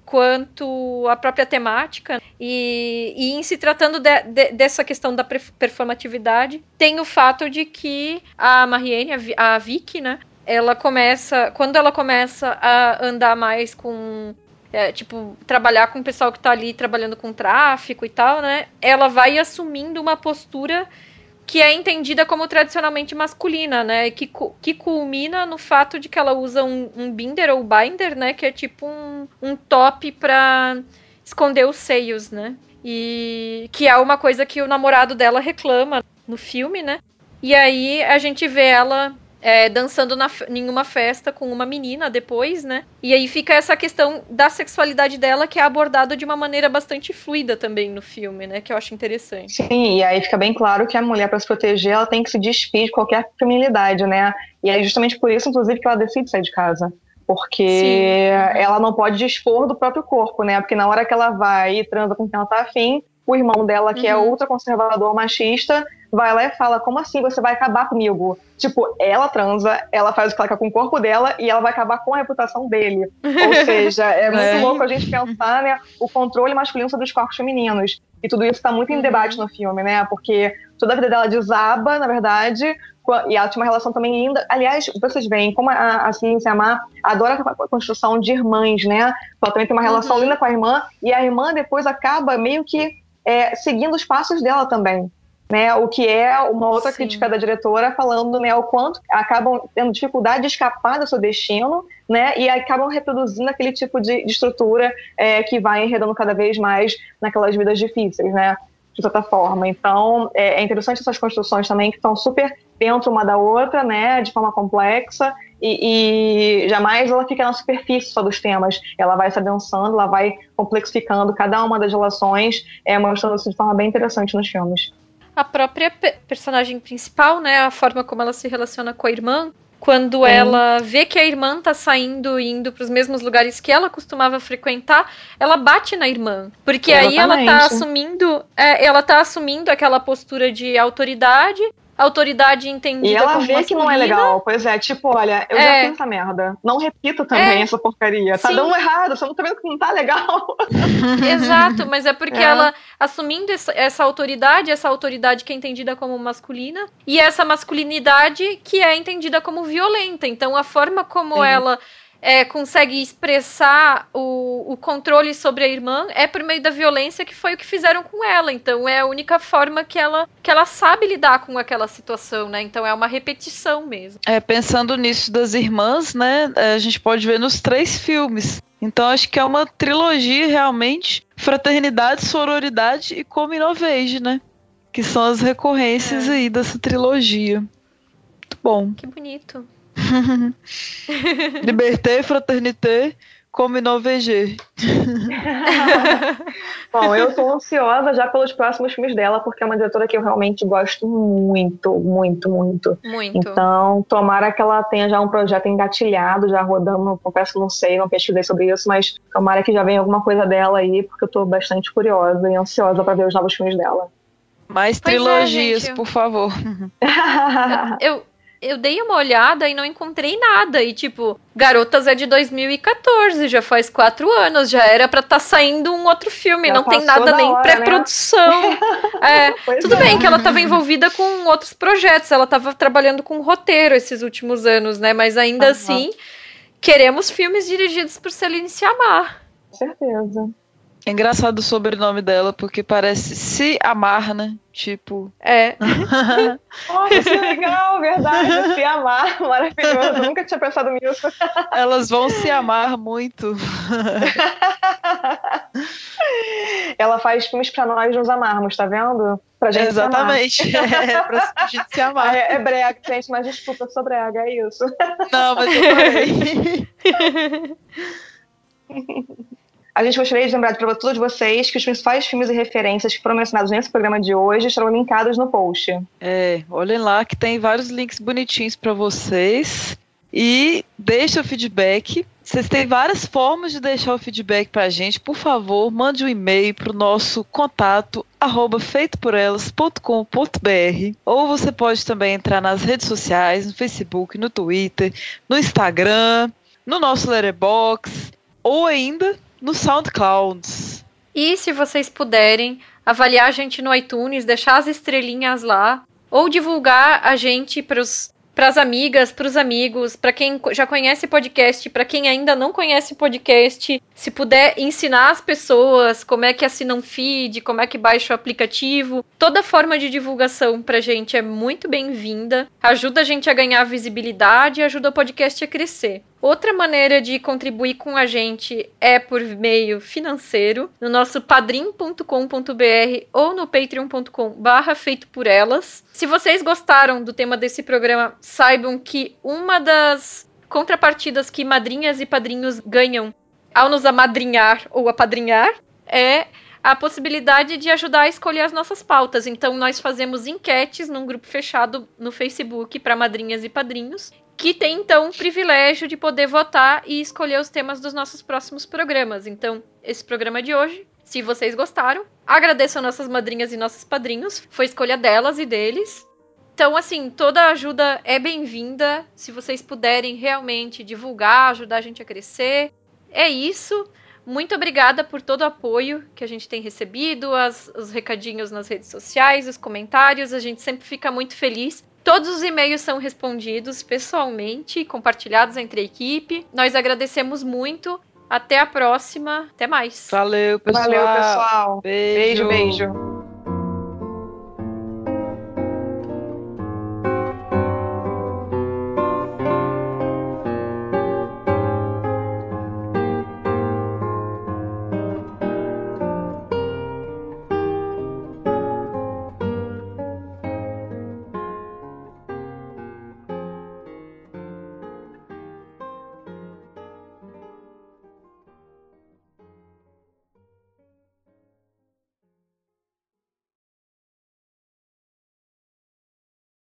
quanto a própria temática, e, e em se tratando de, de, dessa questão da performatividade, tem o fato de que a Marianne, a, a Vicky, né, ela começa, quando ela começa a andar mais com... É, tipo, trabalhar com o pessoal que tá ali trabalhando com tráfico e tal, né? Ela vai assumindo uma postura que é entendida como tradicionalmente masculina, né? Que, que culmina no fato de que ela usa um, um binder ou binder, né? Que é tipo um, um top pra esconder os seios, né? E que é uma coisa que o namorado dela reclama no filme, né? E aí a gente vê ela é, dançando na, em uma festa com uma menina depois, né? E aí fica essa questão da sexualidade dela que é abordada de uma maneira bastante fluida também no filme, né? Que eu acho interessante. Sim, e aí fica bem claro que a mulher, para se proteger, ela tem que se despir de qualquer feminilidade, né? E é justamente por isso, inclusive, que ela decide sair de casa. Porque Sim. ela não pode dispor do próprio corpo, né? Porque na hora que ela vai e transa com quem ela tá afim, o irmão dela, que uhum. é ultraconservador, machista, vai lá e fala, como assim você vai acabar comigo? Tipo, ela transa, ela faz o que ela quer com o corpo dela e ela vai acabar com a reputação dele. Ou seja, é muito é. louco a gente pensar, né, o controle masculino sobre os corpos femininos. E tudo isso tá muito em debate no filme, né? Porque toda a vida dela desaba, na verdade, e ela tinha uma relação também linda. Aliás, vocês veem como a, a Céline Sciamma adora a construção de irmãs, né? Ela também tem uma relação uhum. linda com a irmã, e a irmã depois acaba meio que é, seguindo os passos dela também. Né, o que é uma outra Sim. crítica da diretora falando, né, o quanto acabam tendo dificuldade de escapar do seu destino, né, e acabam reproduzindo aquele tipo de, de estrutura é, que vai enredando cada vez mais naquelas vidas difíceis, né, de certa forma. Então é, é interessante essas construções também que estão super dentro uma da outra, né, de forma complexa, e, e jamais ela fica na superfície só dos temas, ela vai se adensando, ela vai complexificando cada uma das relações, é, mostrando isso de forma bem interessante nos filmes. A própria pe- personagem principal, né, a forma como ela se relaciona com a irmã, quando uhum. ela vê que a irmã tá saindo e indo pros mesmos lugares que ela costumava frequentar, ela bate na irmã. Porque Exatamente. Aí ela tá assumindo, é, ela tá assumindo aquela postura de autoridade, autoridade entendida e ela como vê masculina. Que não é legal, pois é, tipo, olha, eu é. já fiz essa merda, não repito também é. essa porcaria, tá Sim. dando errado, você não tá vendo que não tá legal. Exato, mas é porque é. ela, assumindo essa, essa autoridade, essa autoridade que é entendida como masculina, e essa masculinidade que é entendida como violenta, então a forma como Sim. ela é, consegue expressar o, o controle sobre a irmã é por meio da violência, que foi o que fizeram com ela. Então é a única forma que ela, que ela sabe lidar com aquela situação, né? Então é uma repetição mesmo. É, pensando nisso das irmãs, né? A gente pode ver nos três filmes. Então acho que é uma trilogia realmente, fraternidade, sororidade e coming of age, né? Que são as recorrências é. aí dessa trilogia. Muito bom. Que bonito. Liberté, fraternité, comme no V G. Bom, eu tô ansiosa já pelos próximos filmes dela, porque é uma diretora que eu realmente gosto muito, muito, muito. Muito. Então, tomara que ela tenha já um projeto engatilhado, já rodando, confesso que não sei, não pesquisei sobre isso, mas tomara que já venha alguma coisa dela aí, porque eu tô bastante curiosa e ansiosa pra ver os novos filmes dela. Mais pois trilogias, é, por favor. eu... eu... Eu dei uma olhada e não encontrei nada. E, tipo, Garotas é de dois mil e catorze, já faz quatro anos. Já era pra estar tá saindo um outro filme. Já não tem nada nem hora, pré-produção. Né? É, tudo é. bem que ela estava envolvida com outros projetos. Ela estava trabalhando com roteiro esses últimos anos, né? Mas ainda uhum. assim, queremos filmes dirigidos por Céline Sciamma. Com certeza. É engraçado o sobrenome dela, porque parece se amar, né? Tipo... É. Nossa, que legal, verdade. Se amar, maravilhoso. Eu nunca tinha pensado nisso. Elas vão se amar muito. Ela faz filmes pra nós nos amarmos, tá vendo? Pra gente Exatamente. Se amar. É, pra gente se amar. É, é brega, gente, mas desculpa, eu sou brega, é isso. Não, mas eu falei. A gente gostaria de lembrar para todos vocês que os principais filmes e referências que foram mencionados nesse programa de hoje estarão linkados no post. É, olhem lá que tem vários links bonitinhos para vocês. E deixa o feedback. Vocês têm várias formas de deixar o feedback pra gente. Por favor, mande um e-mail pro nosso contato arroba feito por elas ponto com ponto b r. Ou você pode também entrar nas redes sociais, no Facebook, no Twitter, no Instagram, no nosso Letterboxd, ou ainda no SoundCloud. E se vocês puderem, avaliar a gente no iTunes, deixar as estrelinhas lá, ou divulgar a gente pros pras amigas, pros amigos, pra quem já conhece podcast, pra quem ainda não conhece podcast, se puder ensinar as pessoas como é que assina um feed, como é que baixa o aplicativo, toda forma de divulgação pra gente é muito bem-vinda, ajuda a gente a ganhar visibilidade e ajuda o podcast a crescer. Outra maneira de contribuir com a gente é por meio financeiro, no nosso padrim ponto com ponto b r ou no patreon ponto com barra feito por elas. Se vocês gostaram do tema desse programa, saibam que uma das contrapartidas que madrinhas e padrinhos ganham ao nos amadrinhar ou apadrinhar é a possibilidade de ajudar a escolher as nossas pautas. Então, nós fazemos enquetes num grupo fechado no Facebook para madrinhas e padrinhos, que tem, então, o privilégio de poder votar e escolher os temas dos nossos próximos programas. Então, esse programa de hoje, se vocês gostaram, agradeço a nossas madrinhas e nossos padrinhos, foi escolha delas e deles. Então, assim, toda ajuda é bem-vinda, se vocês puderem realmente divulgar, ajudar a gente a crescer. É isso. Muito obrigada por todo o apoio que a gente tem recebido, as, os recadinhos nas redes sociais, os comentários, a gente sempre fica muito feliz. Todos os e-mails são respondidos pessoalmente, compartilhados entre a equipe. Nós agradecemos muito. Até a próxima. Até mais. Valeu, pessoal. Valeu, pessoal. Beijo, beijo. beijo.